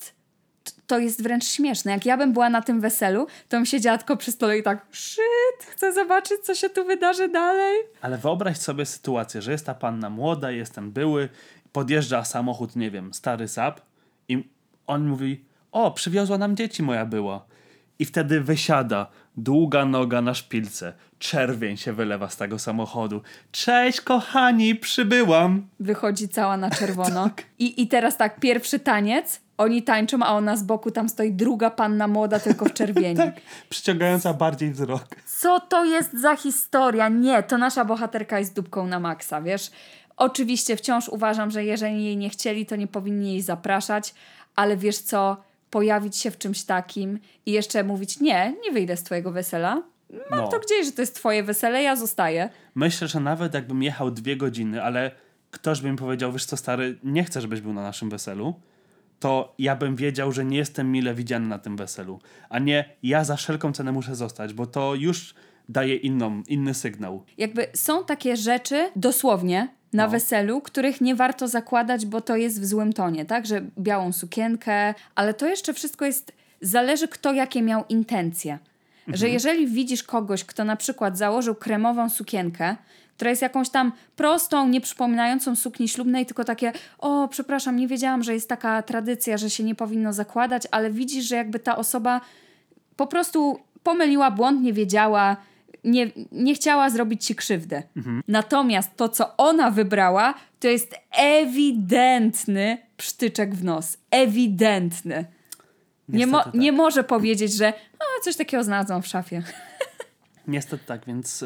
S2: jest wręcz śmieszne. Jak ja bym była na tym weselu, to bym siedziała tylko przy stole i tak chcę zobaczyć, co się tu wydarzy dalej.
S1: Ale wyobraź sobie sytuację, że jest ta panna młoda, jest ten były, podjeżdża samochód, nie wiem, stary Saab i on mówi, przywiozła nam dzieci moja była. I wtedy wysiada długa noga na szpilce. Czerwień się wylewa z tego samochodu. Cześć kochani, przybyłam.
S2: Wychodzi cała na czerwono.
S1: Tak.
S2: I teraz tak, pierwszy taniec, oni tańczą, a ona z boku tam stoi druga panna młoda, tylko w czerwieni.
S1: Tak, przyciągająca bardziej wzrok.
S2: Co to jest za historia? Nie, to nasza bohaterka jest dupką na maksa, wiesz? Oczywiście wciąż uważam, że jeżeli jej nie chcieli, to nie powinni jej zapraszać, ale wiesz co, pojawić się w czymś takim i jeszcze mówić, nie wyjdę z twojego wesela. Mam to gdzieś, że to jest twoje wesele, ja zostaję.
S1: Myślę, że nawet jakbym jechał 2 godziny, ale ktoś by mi powiedział, wiesz co stary, nie chcę, żebyś był na naszym weselu, to ja bym wiedział, że nie jestem mile widziany na tym weselu. A nie, ja za wszelką cenę muszę zostać, bo to już daje inny sygnał.
S2: Jakby są takie rzeczy, dosłownie, na weselu, których nie warto zakładać, bo to jest w złym tonie, tak? Że białą sukienkę, ale to jeszcze wszystko zależy kto jakie miał intencje. Że jeżeli widzisz kogoś, kto na przykład założył kremową sukienkę, która jest jakąś tam prostą, nieprzypominającą sukni ślubnej, tylko takie, przepraszam, nie wiedziałam, że jest taka tradycja, że się nie powinno zakładać, ale widzisz, że jakby ta osoba po prostu pomyliła błąd, nie wiedziała, nie chciała zrobić ci krzywdę. Natomiast to, co ona wybrała, to jest ewidentny psztyczek w nos. Ewidentny. Nie może powiedzieć, że coś takiego znalazłam w szafie.
S1: Niestety tak, więc...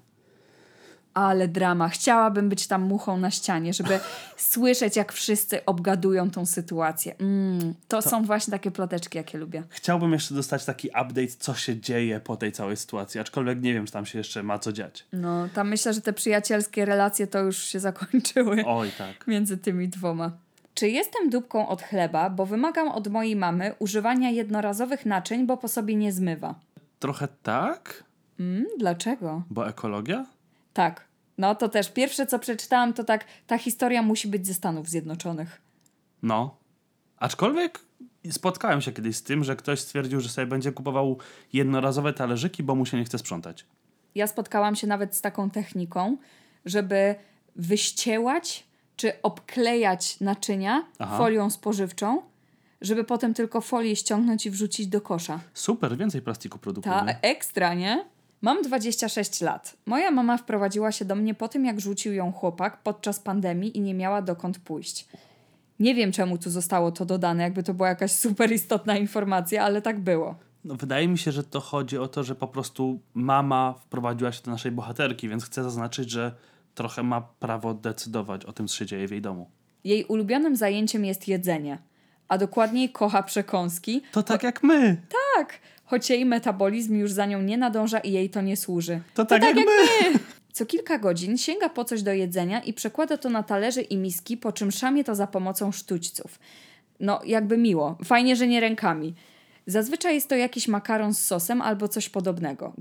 S2: Ale drama. Chciałabym być tam muchą na ścianie, żeby słyszeć, jak wszyscy obgadują tą sytuację. To są właśnie takie ploteczki, jakie lubię.
S1: Chciałbym jeszcze dostać taki update, co się dzieje po tej całej sytuacji, aczkolwiek nie wiem, czy tam się jeszcze ma co dziać.
S2: No, tam myślę, że te przyjacielskie relacje to już się zakończyły.
S1: Oj, tak.
S2: Między tymi dwoma. Czy jestem dupką od chleba, bo wymagam od mojej mamy używania jednorazowych naczyń, bo po sobie nie zmywa?
S1: Trochę tak?
S2: Dlaczego?
S1: Bo ekologia?
S2: Tak. No to też pierwsze, co przeczytałam, to tak, ta historia musi być ze Stanów Zjednoczonych.
S1: No. Aczkolwiek spotkałem się kiedyś z tym, że ktoś stwierdził, że sobie będzie kupował jednorazowe talerzyki, bo mu się nie chce sprzątać.
S2: Ja spotkałam się nawet z taką techniką, żeby wyściełać czy obklejać naczynia folią spożywczą, żeby potem tylko folię ściągnąć i wrzucić do kosza.
S1: Super, więcej plastiku produkujemy.
S2: Ekstra, nie? Mam 26 lat. Moja mama wprowadziła się do mnie po tym, jak rzucił ją chłopak podczas pandemii i nie miała dokąd pójść. Nie wiem, czemu tu zostało to dodane, jakby to była jakaś super istotna informacja, ale tak było.
S1: No, wydaje mi się, że to chodzi o to, że po prostu mama wprowadziła się do naszej bohaterki, więc chcę zaznaczyć, że trochę ma prawo decydować o tym, co się dzieje w jej domu.
S2: Jej ulubionym zajęciem jest jedzenie, a dokładniej kocha przekąski.
S1: To tak jak my.
S2: Tak, choć jej metabolizm już za nią nie nadąża i jej to nie służy.
S1: To tak jak my.
S2: Co kilka godzin sięga po coś do jedzenia i przekłada to na talerze i miski, po czym szamie to za pomocą sztućców. No, jakby miło. Fajnie, że nie rękami. Zazwyczaj jest to jakiś makaron z sosem albo coś podobnego.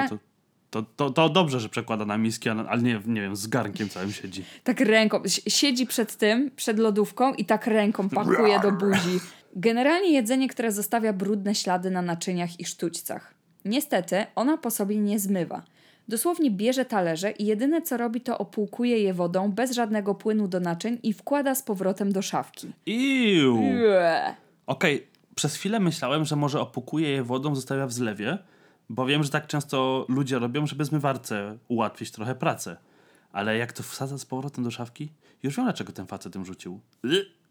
S1: To dobrze, że przekłada na miski, ale nie wiem, z garnkiem całym siedzi.
S2: Tak ręką. Siedzi przed lodówką i tak ręką pakuje do buzi. Generalnie jedzenie, które zostawia brudne ślady na naczyniach i sztućcach. Niestety, ona po sobie nie zmywa. Dosłownie bierze talerze i jedyne co robi, to opłukuje je wodą bez żadnego płynu do naczyń i wkłada z powrotem do szafki.
S1: Okej, przez chwilę myślałem, że może opłukuje je wodą, zostawia w zlewie, bo wiem, że tak często ludzie robią, żeby zmywarce ułatwić trochę pracę. Ale jak to wsadza z powrotem do szafki, już wiem, dlaczego ten facet tym rzucił.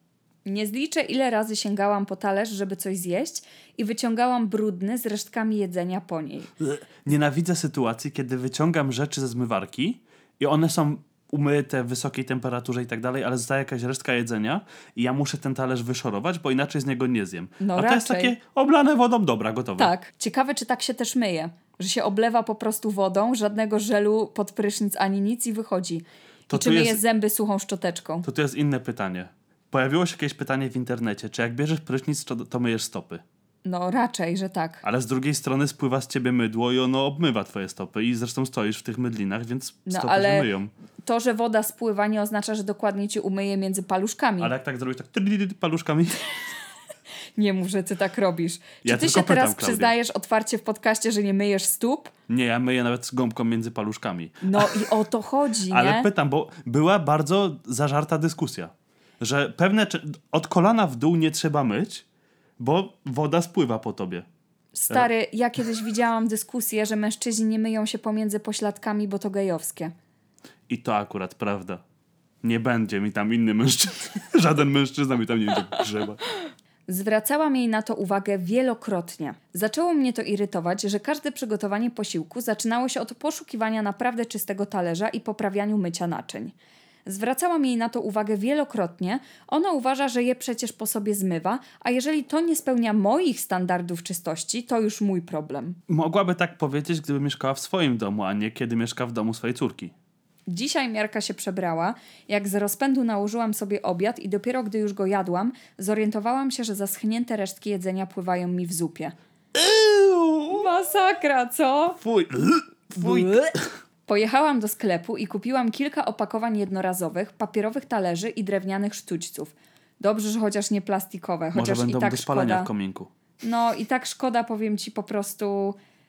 S2: Nie zliczę, ile razy sięgałam po talerz, żeby coś zjeść i wyciągałam brudny z resztkami jedzenia po niej.
S1: Nienawidzę sytuacji, kiedy wyciągam rzeczy ze zmywarki i one są umyte w wysokiej temperaturze i tak dalej, ale zostaje jakaś resztka jedzenia i ja muszę ten talerz wyszorować, bo inaczej z niego nie zjem.
S2: No
S1: a
S2: raczej.
S1: To jest takie oblane wodą, dobra, gotowe.
S2: Tak. Ciekawe, czy tak się też myje. Że się oblewa po prostu wodą, żadnego żelu pod prysznic ani nic i wychodzi. I czy myje zęby suchą szczoteczką?
S1: To jest inne pytanie. Pojawiło się jakieś pytanie w internecie, czy jak bierzesz prysznic, to myjesz stopy?
S2: No raczej, że tak.
S1: Ale z drugiej strony spływa z ciebie mydło i ono obmywa twoje stopy i zresztą stoisz w tych mydlinach, więc stopy się myją.
S2: To, że woda spływa, nie oznacza, że dokładnie ci umyje między paluszkami.
S1: Ale jak tak zrobisz tak paluszkami...
S2: Nie mów, że ty tak robisz. Czy ty się teraz przyznajesz otwarcie w podcaście, że nie myjesz stóp?
S1: Nie, ja myję nawet z gąbką między paluszkami.
S2: No i o to chodzi, nie?
S1: Ale pytam, bo była bardzo zażarta dyskusja, że pewne od kolana w dół nie trzeba myć, bo woda spływa po tobie.
S2: Stary, ja kiedyś widziałam dyskusję, że mężczyźni nie myją się pomiędzy pośladkami, bo to gejowskie.
S1: I to akurat prawda. Nie będzie mi tam inny mężczyzna. Żaden mężczyzna mi tam nie będzie grzebać.
S2: Zwracałam jej na to uwagę wielokrotnie. Zaczęło mnie to irytować, że każde przygotowanie posiłku zaczynało się od poszukiwania naprawdę czystego talerza i poprawianiu mycia naczyń. Zwracałam jej na to uwagę wielokrotnie. Ona uważa, że je przecież po sobie zmywa, a jeżeli to nie spełnia moich standardów czystości, to już mój problem.
S1: Mogłaby tak powiedzieć, gdyby mieszkała w swoim domu, a nie kiedy mieszka w domu swojej córki.
S2: Dzisiaj miarka się przebrała, jak z rozpędu nałożyłam sobie obiad i dopiero gdy już go jadłam, zorientowałam się, że zaschnięte resztki jedzenia pływają mi w zupie. Masakra, co?
S1: Fuj.
S2: Pojechałam do sklepu i kupiłam kilka opakowań jednorazowych, papierowych talerzy i drewnianych sztućców. Dobrze, że chociaż nie plastikowe. Chociaż
S1: może będą
S2: i tak
S1: do spalenia
S2: szkoda,
S1: w kominku.
S2: No i tak szkoda, powiem ci, po prostu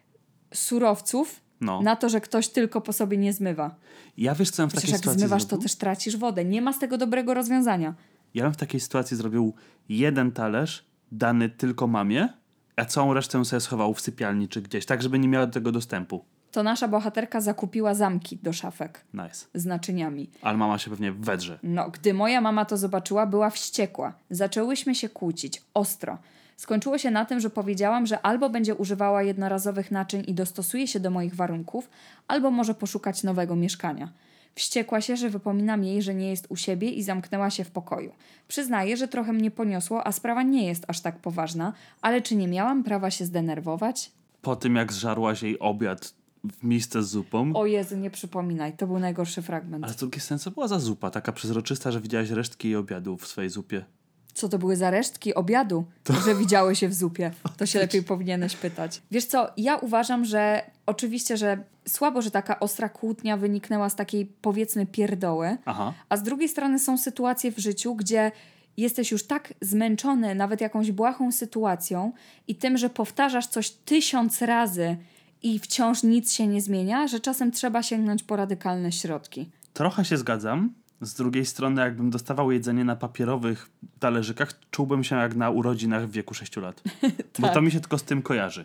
S2: surowców na to, że ktoś tylko po sobie nie zmywa.
S1: Ja wiesz, co bym w takiej sytuacji
S2: jak zmywasz,
S1: zrobił?
S2: to też tracisz wodę. Nie ma z tego dobrego rozwiązania.
S1: Ja bym w takiej sytuacji zrobił jeden talerz dany tylko mamie, a całą resztę sobie schował w sypialni czy gdzieś, tak żeby nie miała do tego dostępu.
S2: To nasza bohaterka zakupiła zamki do szafek.
S1: Nice.
S2: Z naczyniami.
S1: Ale mama się pewnie wedrze.
S2: No, gdy moja mama to zobaczyła, była wściekła. Zaczęłyśmy się kłócić. Ostro. Skończyło się na tym, że powiedziałam, że albo będzie używała jednorazowych naczyń i dostosuje się do moich warunków, albo może poszukać nowego mieszkania. Wściekła się, że wypominam jej, że nie jest u siebie i zamknęła się w pokoju. Przyznaję, że trochę mnie poniosło, a sprawa nie jest aż tak poważna, ale czy nie miałam prawa się zdenerwować?
S1: Po tym, jak zżarłaś jej obiad w misce z zupą...
S2: O Jezu, nie przypominaj, to był najgorszy fragment.
S1: Ale z drugiej strony, co była za zupa? Taka przezroczysta, że widziałaś resztki jej obiadu w swojej zupie.
S2: Co to były za resztki obiadu, że widziały się w zupie? To się lepiej powinieneś pytać. Wiesz co, ja uważam, że oczywiście, że słabo, że taka ostra kłótnia wyniknęła z takiej, powiedzmy, pierdoły.
S1: Aha.
S2: A z drugiej strony są sytuacje w życiu, gdzie jesteś już tak zmęczony nawet jakąś błahą sytuacją i tym, że powtarzasz coś 1000 razy i wciąż nic się nie zmienia, że czasem trzeba sięgnąć po radykalne środki.
S1: Trochę się zgadzam. Z drugiej strony, jakbym dostawał jedzenie na papierowych talerzykach, czułbym się jak na urodzinach w wieku 6 lat. Tak. Bo to mi się tylko z tym kojarzy.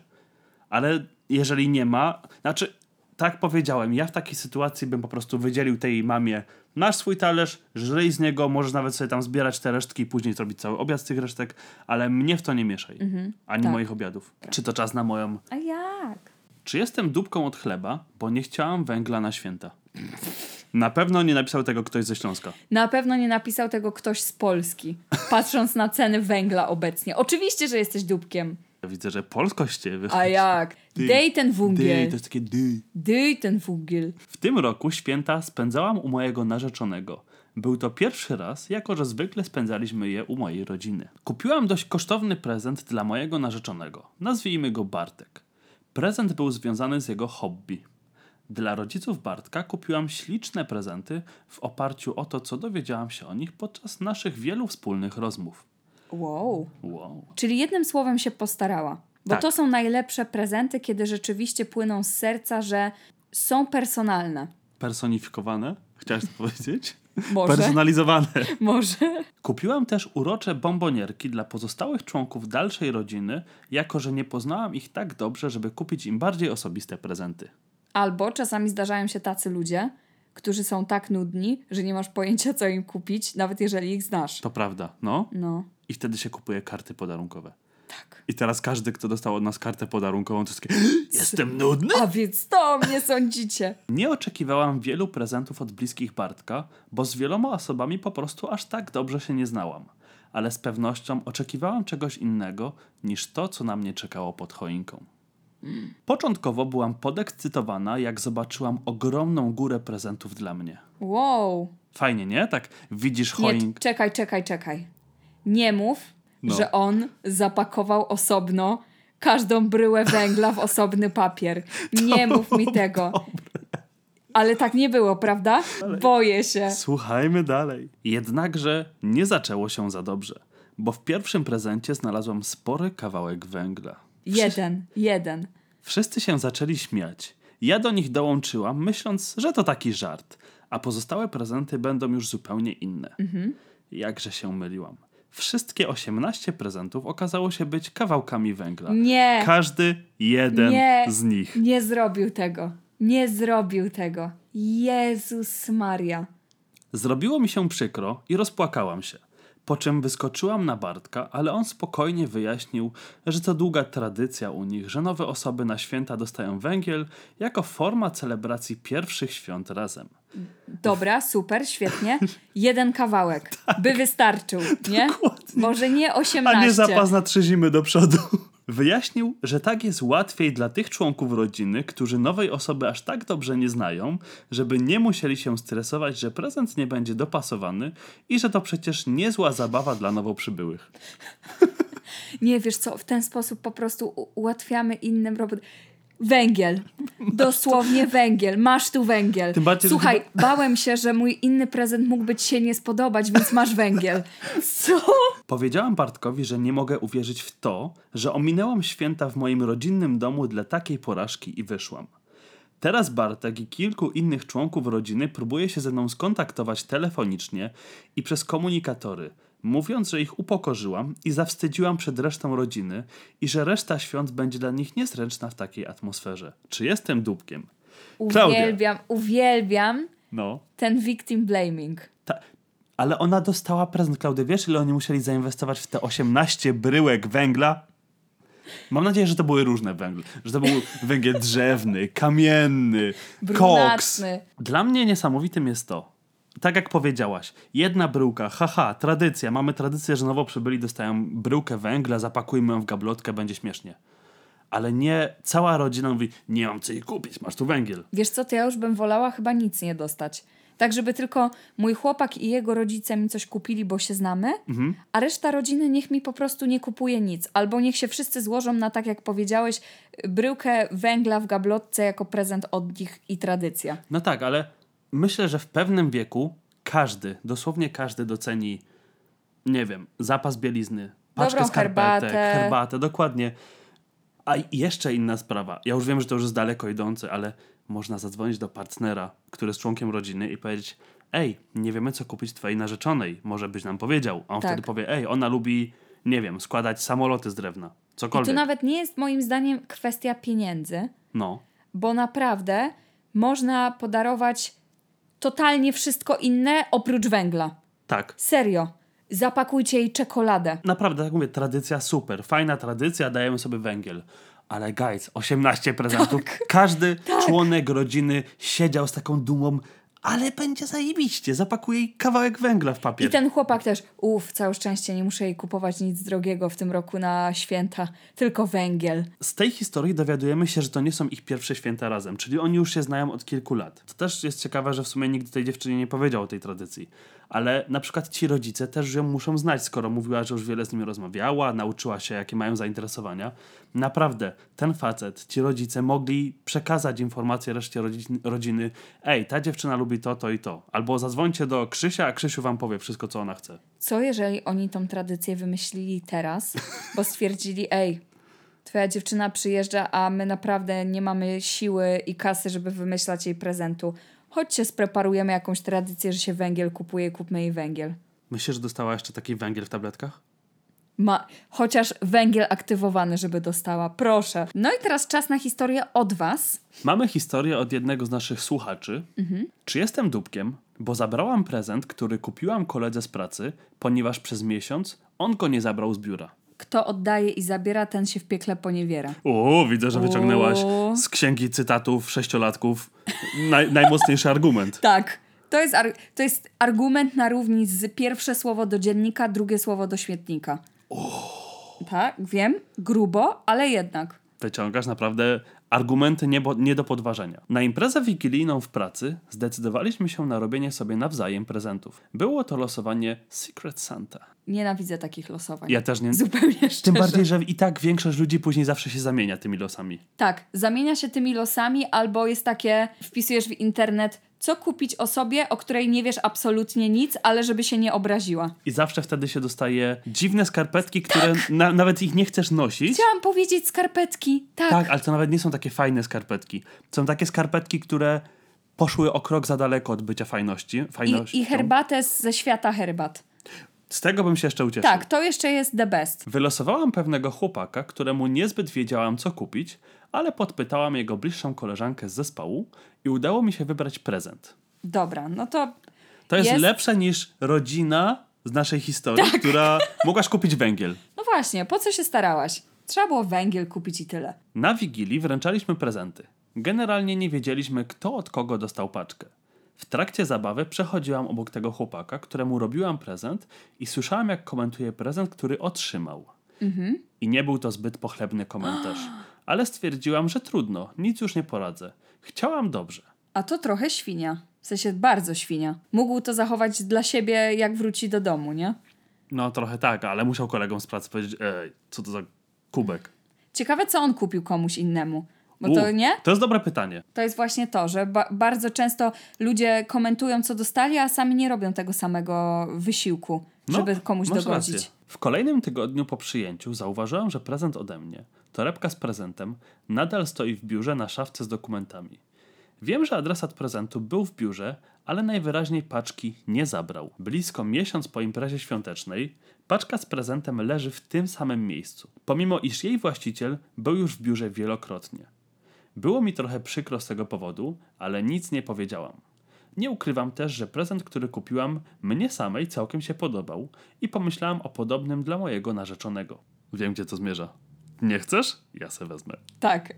S1: Ale jeżeli nie ma... Znaczy, tak powiedziałem, ja w takiej sytuacji bym po prostu wydzielił tej mamie nasz swój talerz, żryj z niego, możesz nawet sobie tam zbierać te resztki i później zrobić cały obiad z tych resztek, ale mnie w to nie mieszaj. Ani moich obiadów. Czy to czas na moją...
S2: A jak?
S1: Czy jestem dupką od chleba, bo nie chciałam węgla na święta? Na pewno nie napisał tego ktoś ze Śląska.
S2: Na pewno nie napisał tego ktoś z Polski, patrząc na ceny węgla obecnie. Oczywiście, że jesteś dupkiem.
S1: Widzę, że polskość cię wychodzi.
S2: A jak? Dej ten węgiel.
S1: To jest takie dy.
S2: Dej ten węgiel.
S1: W tym roku święta spędzałam u mojego narzeczonego. Był to pierwszy raz, jako że zwykle spędzaliśmy je u mojej rodziny. Kupiłam dość kosztowny prezent dla mojego narzeczonego. Nazwijmy go Bartek. Prezent był związany z jego hobby. Dla rodziców Bartka kupiłam śliczne prezenty w oparciu o to, co dowiedziałam się o nich podczas naszych wielu wspólnych rozmów.
S2: Wow. Czyli jednym słowem się postarała. Bo to są najlepsze prezenty, kiedy rzeczywiście płyną z serca, że są personalne.
S1: Personifikowane? Chciałaś to powiedzieć?
S2: Może.
S1: Personalizowane.
S2: Może.
S1: Kupiłam też urocze bombonierki dla pozostałych członków dalszej rodziny, jako że nie poznałam ich tak dobrze, żeby kupić im bardziej osobiste prezenty.
S2: Albo czasami zdarzają się tacy ludzie, którzy są tak nudni, że nie masz pojęcia, co im kupić, nawet jeżeli ich znasz.
S1: To prawda, no.
S2: No.
S1: I wtedy się kupuje karty podarunkowe.
S2: Tak.
S1: I teraz każdy, kto dostał od nas kartę podarunkową, to jest takie, jestem nudny?
S2: A więc to mnie sądzicie.
S1: Nie oczekiwałam wielu prezentów od bliskich Bartka, bo z wieloma osobami po prostu aż tak dobrze się nie znałam. Ale z pewnością oczekiwałam czegoś innego niż to, co na mnie czekało pod choinką. Początkowo byłam podekscytowana, jak zobaczyłam ogromną górę prezentów dla mnie.
S2: Wow.
S1: Fajnie, nie? Tak widzisz
S2: choinkę. Czekaj. Nie mów, że on zapakował osobno każdą bryłę węgla w osobny papier. Nie mów mi tego. Dobre. Ale tak nie było, prawda? Boję się.
S1: Słuchajmy dalej. Jednakże nie zaczęło się za dobrze, bo w pierwszym prezencie znalazłam spory kawałek węgla.
S2: Jeden.
S1: Wszyscy się zaczęli śmiać. Ja do nich dołączyłam, myśląc, że to taki żart, a pozostałe prezenty będą już zupełnie inne. Jakże się myliłam. Wszystkie 18 prezentów okazało się być kawałkami węgla.
S2: Nie.
S1: Każdy jeden z nich.
S2: Nie zrobił tego. Jezus Maria.
S1: Zrobiło mi się przykro i rozpłakałam się. Po czym wyskoczyłam na Bartka, ale on spokojnie wyjaśnił, że to długa tradycja u nich, że nowe osoby na święta dostają węgiel jako forma celebracji pierwszych świąt razem.
S2: Dobra, super, świetnie. Jeden kawałek by wystarczył, nie?
S1: Dokładnie.
S2: Może nie 18.
S1: A nie zapas na 3 zimy do przodu. Wyjaśnił, że tak jest łatwiej dla tych członków rodziny, którzy nowej osoby aż tak dobrze nie znają, żeby nie musieli się stresować, że prezent nie będzie dopasowany i że to przecież niezła zabawa dla nowo przybyłych.
S2: Nie, wiesz co, w ten sposób po prostu ułatwiamy innym robotę. Węgiel. Dosłownie węgiel. Masz tu węgiel. Słuchaj, bałem się, że mój inny prezent mógłby ci się nie spodobać, więc masz węgiel. Co?
S1: Powiedziałam Bartkowi, że nie mogę uwierzyć w to, że ominęłam święta w moim rodzinnym domu dla takiej porażki i wyszłam. Teraz Bartek i kilku innych członków rodziny próbuje się ze mną skontaktować telefonicznie i przez komunikatory, mówiąc, że ich upokorzyłam i zawstydziłam przed resztą rodziny i że reszta świąt będzie dla nich niezręczna w takiej atmosferze. Czy jestem dupkiem?
S2: Uwielbiam ten victim blaming.
S1: Ale ona dostała prezent, Klaudia. Wiesz, ile oni musieli zainwestować w te 18 bryłek węgla? Mam nadzieję, że to były różne węgle. Że to był węgiel drzewny, kamienny, koks. Dla mnie niesamowitym jest to, tak jak powiedziałaś, jedna bryłka, tradycja. Mamy tradycję, że nowo przybyli dostają bryłkę węgla, zapakujmy ją w gablotkę, będzie śmiesznie. Ale nie cała rodzina mówi, nie mam co jej kupić, masz tu węgiel.
S2: Wiesz co, to ja już bym wolała chyba nic nie dostać. Tak, żeby tylko mój chłopak i jego rodzice mi coś kupili, bo się znamy, a reszta rodziny niech mi po prostu nie kupuje nic. Albo niech się wszyscy złożą na, tak jak powiedziałeś, bryłkę węgla w gablotce jako prezent od nich i tradycja.
S1: No tak, ale myślę, że w pewnym wieku dosłownie każdy doceni, nie wiem, zapas bielizny, paczkę skarpetek, herbatę, dokładnie. A jeszcze inna sprawa. Ja już wiem, że to już jest daleko idące, ale można zadzwonić do partnera, który jest członkiem rodziny i powiedzieć, ej, nie wiemy co kupić twojej narzeczonej, może byś nam powiedział. A on wtedy powie, ej, ona lubi, nie wiem, składać samoloty z drewna, cokolwiek.
S2: I to nawet nie jest moim zdaniem kwestia pieniędzy, bo naprawdę można podarować totalnie wszystko inne oprócz węgla.
S1: Tak.
S2: Serio. Zapakujcie jej czekoladę.
S1: Naprawdę, tak mówię, tradycja super. Fajna tradycja, dajemy sobie węgiel. Ale guys, 18 prezentów. Tak, każdy członek rodziny siedział z taką dumą, ale będzie zajebiście, zapakuje jej kawałek węgla w papier.
S2: I ten chłopak też, całe szczęście, nie muszę jej kupować nic drogiego w tym roku na święta, tylko węgiel.
S1: Z tej historii dowiadujemy się, że to nie są ich pierwsze święta razem, czyli oni już się znają od kilku lat. To też jest ciekawe, że w sumie nigdy tej dziewczynie nie powiedział o tej tradycji. Ale na przykład ci rodzice też ją muszą znać, skoro mówiła, że już wiele z nimi rozmawiała, nauczyła się, jakie mają zainteresowania. Naprawdę, ten facet, ci rodzice mogli przekazać informację reszcie rodziny, ej, ta dziewczyna lubi to i to. Albo zadzwońcie do Krzysia, a Krzysiu wam powie wszystko, co ona chce.
S2: Co jeżeli oni tą tradycję wymyślili teraz, bo stwierdzili, ej, twoja dziewczyna przyjeżdża, a my naprawdę nie mamy siły i kasy, żeby wymyślać jej prezentu. Chodźcie, spreparujemy jakąś tradycję, że się węgiel kupuje, kupmy jej węgiel.
S1: Myślisz, że dostała jeszcze taki węgiel w tabletkach?
S2: Ma chociaż węgiel aktywowany, żeby dostała. Proszę. No i teraz czas na historię od was.
S1: Mamy historię od jednego z naszych słuchaczy. Czy jestem dupkiem, bo zabrałam prezent, który kupiłam koledze z pracy, ponieważ przez miesiąc on go nie zabrał z biura.
S2: Kto oddaje i zabiera, ten się w piekle poniewiera.
S1: Widzę, że wyciągnęłaś z księgi cytatów sześciolatków najmocniejszy argument.
S2: Tak. To jest argument na równi z pierwsze słowo do dziennika, drugie słowo do śmietnika. Tak, wiem, grubo, ale jednak.
S1: Wyciągasz naprawdę argumenty nie do podważenia. Na imprezę wigilijną w pracy zdecydowaliśmy się na robienie sobie nawzajem prezentów. Było to losowanie Secret Santa.
S2: Nienawidzę takich losowań.
S1: Ja też nie.
S2: Zupełnie szczerze.
S1: Tym bardziej, że i tak większość ludzi później zawsze się zamienia tymi losami.
S2: Tak, zamienia się tymi losami, albo jest takie, wpisujesz w internet, co kupić osobie, o której nie wiesz absolutnie nic, ale żeby się nie obraziła.
S1: I zawsze wtedy się dostaje dziwne skarpetki, które nawet ich nie chcesz nosić.
S2: Chciałam powiedzieć skarpetki, tak.
S1: Tak, ale to nawet nie są takie fajne skarpetki. Są takie skarpetki, które poszły o krok za daleko od bycia fajnością.
S2: I herbatę ze świata herbat.
S1: Z tego bym się jeszcze ucieszył.
S2: Tak, to jeszcze jest the best.
S1: Wylosowałam pewnego chłopaka, któremu niezbyt wiedziałam, co kupić, ale podpytałam jego bliższą koleżankę z zespołu i udało mi się wybrać prezent.
S2: Dobra, no to...
S1: To jest lepsze niż rodzina z naszej historii, tak, która mogłaś kupić węgiel.
S2: No właśnie, po co się starałaś? Trzeba było węgiel kupić i tyle.
S1: Na Wigilii wręczaliśmy prezenty. Generalnie nie wiedzieliśmy, kto od kogo dostał paczkę. W trakcie zabawy przechodziłam obok tego chłopaka, któremu robiłam prezent i słyszałam, jak komentuje prezent, który otrzymał. I nie był to zbyt pochlebny komentarz. Ale stwierdziłam, że trudno, nic już nie poradzę. Chciałam dobrze.
S2: A to trochę świnia. W sensie bardzo świnia. Mógł to zachować dla siebie, jak wróci do domu, nie?
S1: No trochę tak, ale musiał kolegom z pracy powiedzieć, co to za kubek.
S2: Ciekawe, co on kupił komuś innemu. Bo to nie?
S1: To jest dobre pytanie.
S2: To jest właśnie to, że bardzo często ludzie komentują, co dostali, a sami nie robią tego samego wysiłku, żeby komuś dogodzić.
S1: Rację. W kolejnym tygodniu po przyjęciu zauważyłam, że prezent ode mnie, torebka z prezentem, nadal stoi w biurze na szafce z dokumentami. Wiem, że adresat prezentu był w biurze, ale najwyraźniej paczki nie zabrał. Blisko miesiąc po imprezie świątecznej paczka z prezentem leży w tym samym miejscu, pomimo iż jej właściciel był już w biurze wielokrotnie. Było mi trochę przykro z tego powodu, ale nic nie powiedziałam. Nie ukrywam też, że prezent, który kupiłam, mnie samej całkiem się podobał i pomyślałam o podobnym dla mojego narzeczonego. Wiem, gdzie to zmierza. Nie chcesz? Ja se wezmę.
S2: Tak.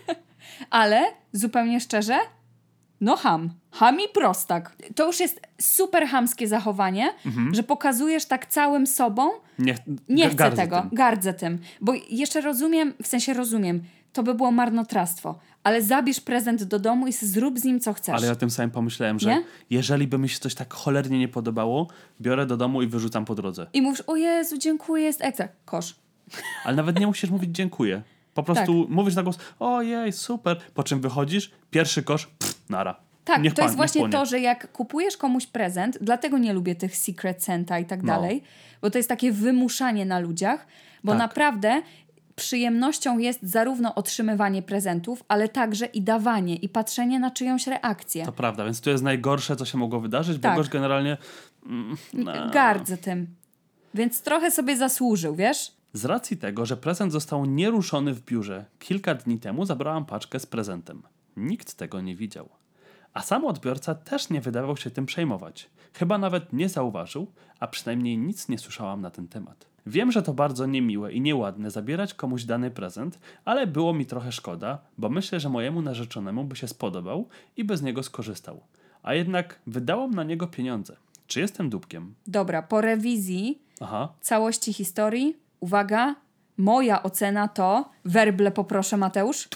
S2: Ale zupełnie szczerze, no ham i prostak. To już jest super chamskie zachowanie, że pokazujesz tak całym sobą, nie chcę tego, gardzę tym. Bo jeszcze rozumiem, to by było marnotrawstwo, ale zabierz prezent do domu i zrób z nim co chcesz.
S1: Ale ja tym samym pomyślałem, że jeżeli by mi się coś tak cholernie nie podobało, biorę do domu i wyrzucam po drodze.
S2: I mówisz, o Jezu, dziękuję, jest ekstra. Kosz.
S1: Ale nawet nie musisz mówić dziękuję. Po prostu mówisz na głos, ojej, super. Po czym wychodzisz, pierwszy kosz, nara.
S2: Tak, to jest właśnie to, że jak kupujesz komuś prezent, dlatego nie lubię tych Secret Santa i tak dalej, bo to jest takie wymuszanie na ludziach, bo naprawdę przyjemnością jest zarówno otrzymywanie prezentów, ale także i dawanie i patrzenie na czyjąś reakcję.
S1: To prawda, więc to jest najgorsze, co się mogło wydarzyć, bo gość generalnie...
S2: Gardzę tym. Więc trochę sobie zasłużył, wiesz?
S1: Z racji tego, że prezent został nieruszony w biurze, kilka dni temu zabrałam paczkę z prezentem. Nikt tego nie widział. A sam odbiorca też nie wydawał się tym przejmować. Chyba nawet nie zauważył, a przynajmniej nic nie słyszałam na ten temat. Wiem, że to bardzo niemiłe i nieładne zabierać komuś dany prezent, ale było mi trochę szkoda, bo myślę, że mojemu narzeczonemu by się spodobał i by z niego skorzystał. A jednak wydałam na niego pieniądze. Czy jestem dupkiem?
S2: Dobra, po rewizji całości historii, uwaga, moja ocena to, werble poproszę, Mateusz.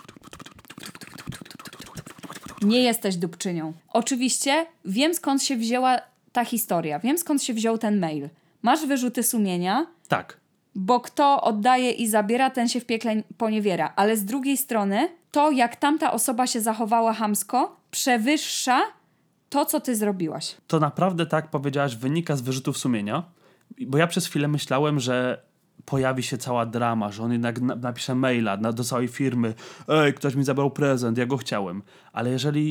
S2: Nie jesteś dupczynią. Oczywiście wiem, skąd się wzięła ta historia. Wiem, skąd się wziął ten mail. Masz wyrzuty sumienia.
S1: Tak.
S2: Bo kto oddaje i zabiera, ten się w piekle poniewiera. Ale z drugiej strony, to jak tamta osoba się zachowała chamsko, przewyższa to, co ty zrobiłaś.
S1: To naprawdę tak powiedziałaś, wynika z wyrzutów sumienia. Bo ja przez chwilę myślałem, że pojawi się cała drama, że on jednak napisze maila do całej firmy. Ej, ktoś mi zabrał prezent, ja go chciałem. Ale jeżeli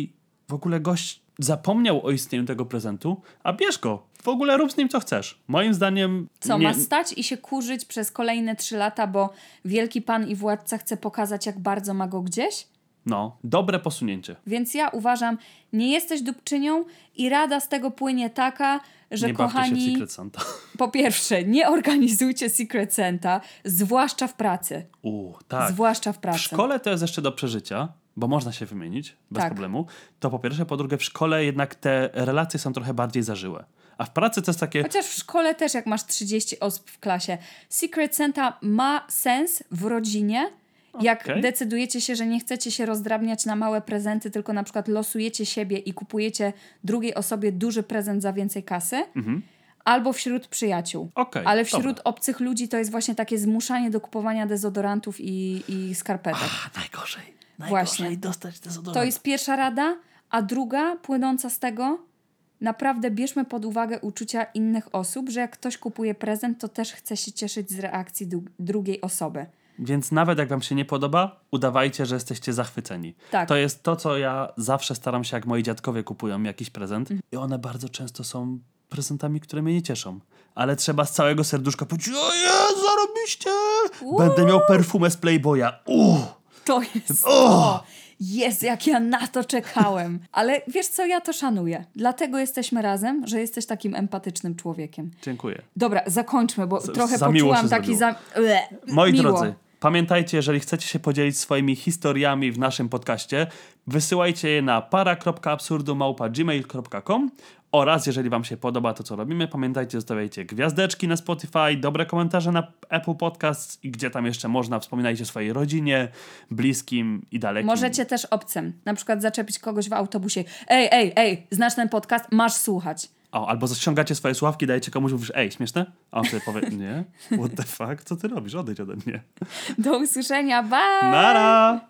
S1: w ogóle gość zapomniał o istnieniu tego prezentu, a bierz go. W ogóle rób z nim co chcesz. Moim zdaniem...
S2: Co, ma stać i się kurzyć przez kolejne 3 lata, bo wielki pan i władca chce pokazać, jak bardzo ma go gdzieś?
S1: No, dobre posunięcie.
S2: Więc ja uważam, nie jesteś dupczynią i rada z tego płynie taka, że
S1: nie
S2: kochani...
S1: bawcie się w Secret Santa.
S2: Po pierwsze, nie organizujcie Secret Santa, zwłaszcza w pracy.
S1: Tak.
S2: Zwłaszcza w pracy.
S1: W szkole to jest jeszcze do przeżycia, bo można się wymienić bez problemu. To po pierwsze. Po drugie, w szkole jednak te relacje są trochę bardziej zażyłe. A w pracy to jest takie...
S2: Chociaż w szkole też, jak masz 30 osób w klasie. Secret Santa ma sens w rodzinie, jak decydujecie się, że nie chcecie się rozdrabniać na małe prezenty, tylko na przykład losujecie siebie i kupujecie drugiej osobie duży prezent za więcej kasy. Albo wśród przyjaciół. Ale wśród obcych ludzi to jest właśnie takie zmuszanie do kupowania dezodorantów i skarpetek.
S1: Najgorzej
S2: właśnie.
S1: dostać dezodorant.
S2: To jest pierwsza rada, a druga, płynąca z tego, naprawdę bierzmy pod uwagę uczucia innych osób, że jak ktoś kupuje prezent, to też chce się cieszyć z reakcji drugiej osoby.
S1: Więc nawet jak wam się nie podoba, udawajcie, że jesteście zachwyceni.
S2: Tak.
S1: To jest to, co ja zawsze staram się, jak moi dziadkowie kupują jakiś prezent. I one bardzo często są prezentami, które mnie nie cieszą. Ale trzeba z całego serduszka powiedzieć: o Jezu, zarobiście! Będę miał perfumę z Playboya.
S2: To jest to! Jezu, jak ja na to czekałem. Ale wiesz co, ja to szanuję. Dlatego jesteśmy razem, że jesteś takim empatycznym człowiekiem.
S1: Dziękuję.
S2: Dobra, zakończmy, bo trochę poczułam taki
S1: Moi
S2: miło.
S1: drodzy, pamiętajcie, jeżeli chcecie się podzielić swoimi historiami w naszym podcaście, wysyłajcie je na para.absurdu@gmail.com oraz jeżeli wam się podoba to, co robimy, pamiętajcie, zostawiajcie gwiazdeczki na Spotify, dobre komentarze na Apple Podcasts i gdzie tam jeszcze można, wspominajcie swojej rodzinie, bliskim i dalekim.
S2: Możecie też obcym, na przykład zaczepić kogoś w autobusie. Ej, znasz ten podcast? Masz słuchać.
S1: Albo ściągacie swoje słuchawki, dajecie komuś, mówisz: ej, śmieszne? A on sobie powie: nie, what the fuck, co ty robisz? Odejdź ode mnie.
S2: Do usłyszenia, bye!
S1: Nara!